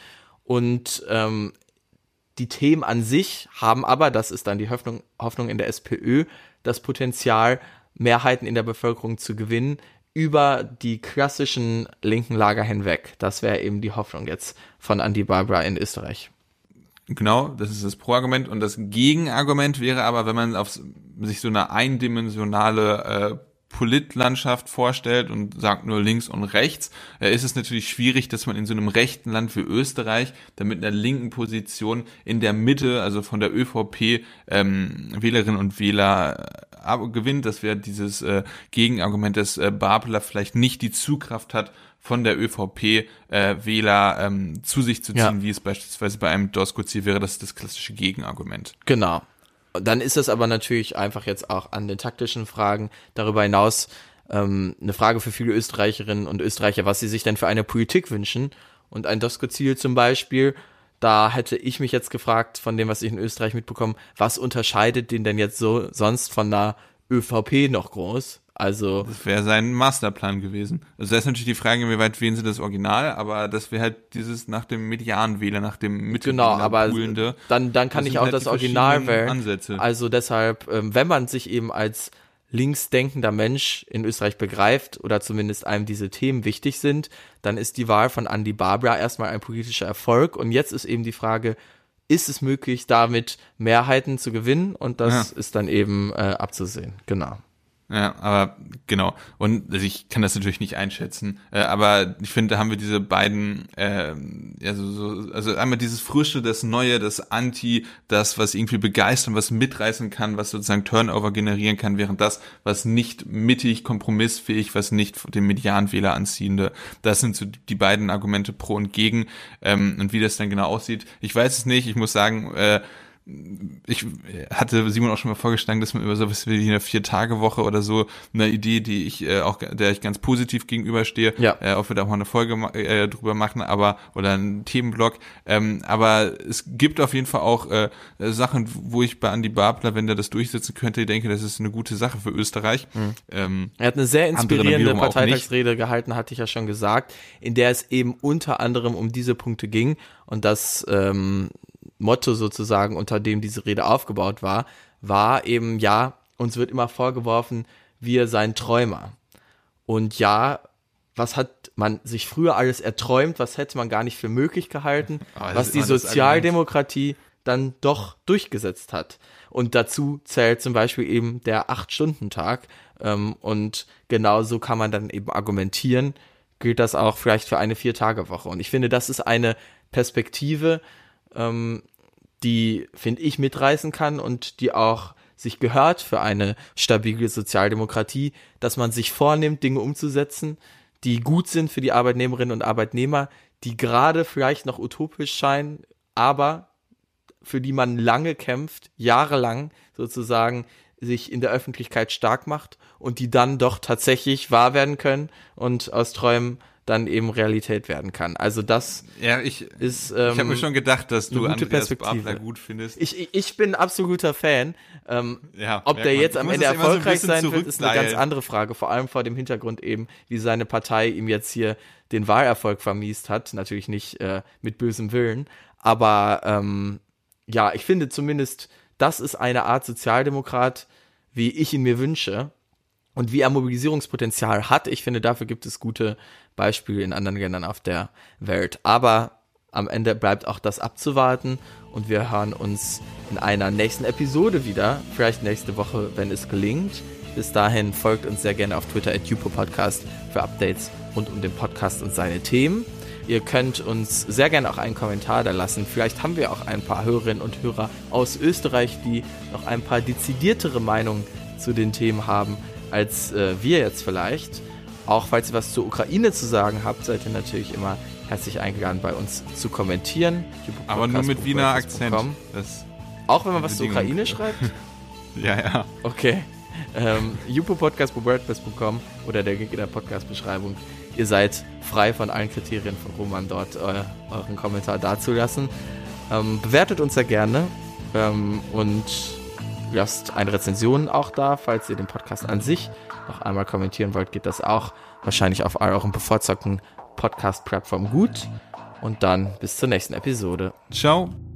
Und ähm, die Themen an sich haben aber, das ist dann die Hoffnung, Hoffnung in der SPÖ, das Potenzial, Mehrheiten in der Bevölkerung zu gewinnen, über die klassischen linken Lager hinweg. Das wäre eben die Hoffnung jetzt von Andy Barbara in Österreich. Genau, das ist das Pro-Argument. Und das Gegenargument wäre aber, wenn man auf sich so eine eindimensionale äh, Politlandschaft vorstellt und sagt nur links und rechts, äh, ist es natürlich schwierig, dass man in so einem rechten Land wie Österreich dann mit einer linken Position in der Mitte, also von der ÖVP, ähm, Wählerinnen und Wähler äh, gewinnt. Das wäre dieses äh, Gegenargument, dass äh, Babler vielleicht nicht die Zugkraft hat, von der ÖVP-Wähler äh, ähm, zu sich zu ziehen, ja. wie es beispielsweise bei einem Doskozil wäre. Das ist das klassische Gegenargument. Genau. Dann ist es aber natürlich einfach jetzt auch an den taktischen Fragen darüber hinaus ähm, eine Frage für viele Österreicherinnen und Österreicher, was sie sich denn für eine Politik wünschen. Und ein Doskozil zum Beispiel, da hätte ich mich jetzt gefragt, von dem, was ich in Österreich mitbekomme, was unterscheidet den denn jetzt so sonst von einer ÖVP noch groß? Also das wäre sein Masterplan gewesen. Also da ist natürlich die Frage, inwieweit wählen sie das Original, aber das wäre halt dieses nach dem Medianwähler, nach dem Mittelwähler Genau, aber Poolende. dann, dann kann ich auch halt das Original wählen. Ansätze. Also deshalb, wenn man sich eben als linksdenkender Mensch in Österreich begreift oder zumindest einem diese Themen wichtig sind, dann ist die Wahl von Andy Babler erstmal ein politischer Erfolg. Und jetzt ist eben die Frage, ist es möglich, damit Mehrheiten zu gewinnen? Und das ja. ist dann eben äh, abzusehen. Genau. Ja, aber genau. Und also ich kann das natürlich nicht einschätzen, äh, aber ich finde, da haben wir diese beiden, äh, ja, so, so, also einmal dieses Frische, das Neue, das Anti, das, was irgendwie begeistern, was mitreißen kann, was sozusagen Turnover generieren kann, während das, was nicht mittig, kompromissfähig, was nicht den Medianwähler anziehende, das sind so die beiden Argumente pro und gegen. Ähm, und wie das dann genau aussieht, ich weiß es nicht. Ich muss sagen, äh, ich hatte Simon auch schon mal vorgeschlagen, dass man über sowas wie eine Vier-Tage-Woche oder so, eine Idee, die ich äh, auch, der ich ganz positiv gegenüberstehe, ja. äh, ob wir da auch mal eine Folge äh, drüber machen, aber, oder einen Themenblock, ähm, aber es gibt auf jeden Fall auch äh, Sachen, wo ich bei Andy Babler, wenn der das durchsetzen könnte, denke, das ist eine gute Sache für Österreich. Mhm. Ähm, er hat eine sehr inspirierende Parteitagsrede gehalten, hatte ich ja schon gesagt, in der es eben unter anderem um diese Punkte ging und das ähm, Motto sozusagen, unter dem diese Rede aufgebaut war, war eben, ja, uns wird immer vorgeworfen, wir seien Träumer. Und ja, was hat man sich früher alles erträumt, was hätte man gar nicht für möglich gehalten, oh, was die Sozialdemokratie dann doch durchgesetzt hat. Und dazu zählt zum Beispiel eben der Acht-Stunden-Tag. Ähm, und genauso kann man dann eben argumentieren, gilt das auch vielleicht für eine Vier-Tage-Woche. Und ich finde, das ist eine Perspektive, ähm, die, finde ich, mitreißen kann und die auch sich gehört für eine stabile Sozialdemokratie, dass man sich vornimmt, Dinge umzusetzen, die gut sind für die Arbeitnehmerinnen und Arbeitnehmer, die gerade vielleicht noch utopisch scheinen, aber für die man lange kämpft, jahrelang sozusagen sich in der Öffentlichkeit stark macht und die dann doch tatsächlich wahr werden können und aus Träumen dann eben Realität werden kann. Also das ja, ich, ist ähm, ich habe mir schon gedacht, dass du Andreas Babler gut findest. Ich, ich, ich bin ein absoluter Fan. Ähm, ja, ob der jetzt am Ende erfolgreich so sein wird, ist eine ganz sein. andere Frage. Vor allem vor dem Hintergrund eben, wie seine Partei ihm jetzt hier den Wahlerfolg vermiest hat. Natürlich nicht äh, mit bösem Willen. Aber ähm, ja, ich finde zumindest, das ist eine Art Sozialdemokrat, wie ich ihn mir wünsche. Und wie er Mobilisierungspotenzial hat, ich finde, dafür gibt es gute Beispiele in anderen Ländern auf der Welt. Aber am Ende bleibt auch das abzuwarten und wir hören uns in einer nächsten Episode wieder, vielleicht nächste Woche, wenn es gelingt. Bis dahin folgt uns sehr gerne auf Twitter at jupopodcast für Updates rund um den Podcast und seine Themen. Ihr könnt uns sehr gerne auch einen Kommentar da lassen. Vielleicht haben wir auch ein paar Hörerinnen und Hörer aus Österreich, die noch ein paar dezidiertere Meinungen zu den Themen haben, als äh, wir jetzt vielleicht. Auch falls ihr was zur Ukraine zu sagen habt, seid ihr natürlich immer herzlich eingeladen, bei uns zu kommentieren. Aber nur mit Wiener Akzent. Das auch wenn man was zur Ukraine schreibt? Ja, ja. Okay. Ähm, jupopodcast punkt wordpress punkt com oder der Link in der Podcast-Beschreibung. Ihr seid frei von allen Kriterien von Roman, dort äh, euren Kommentar dazulassen. Ähm, bewertet uns sehr gerne ähm, und lasst eine Rezension auch da, falls ihr den Podcast an sich noch einmal kommentieren wollt, geht das auch wahrscheinlich auf euren bevorzugten Podcast-Plattformen gut. Und dann bis zur nächsten Episode. Ciao.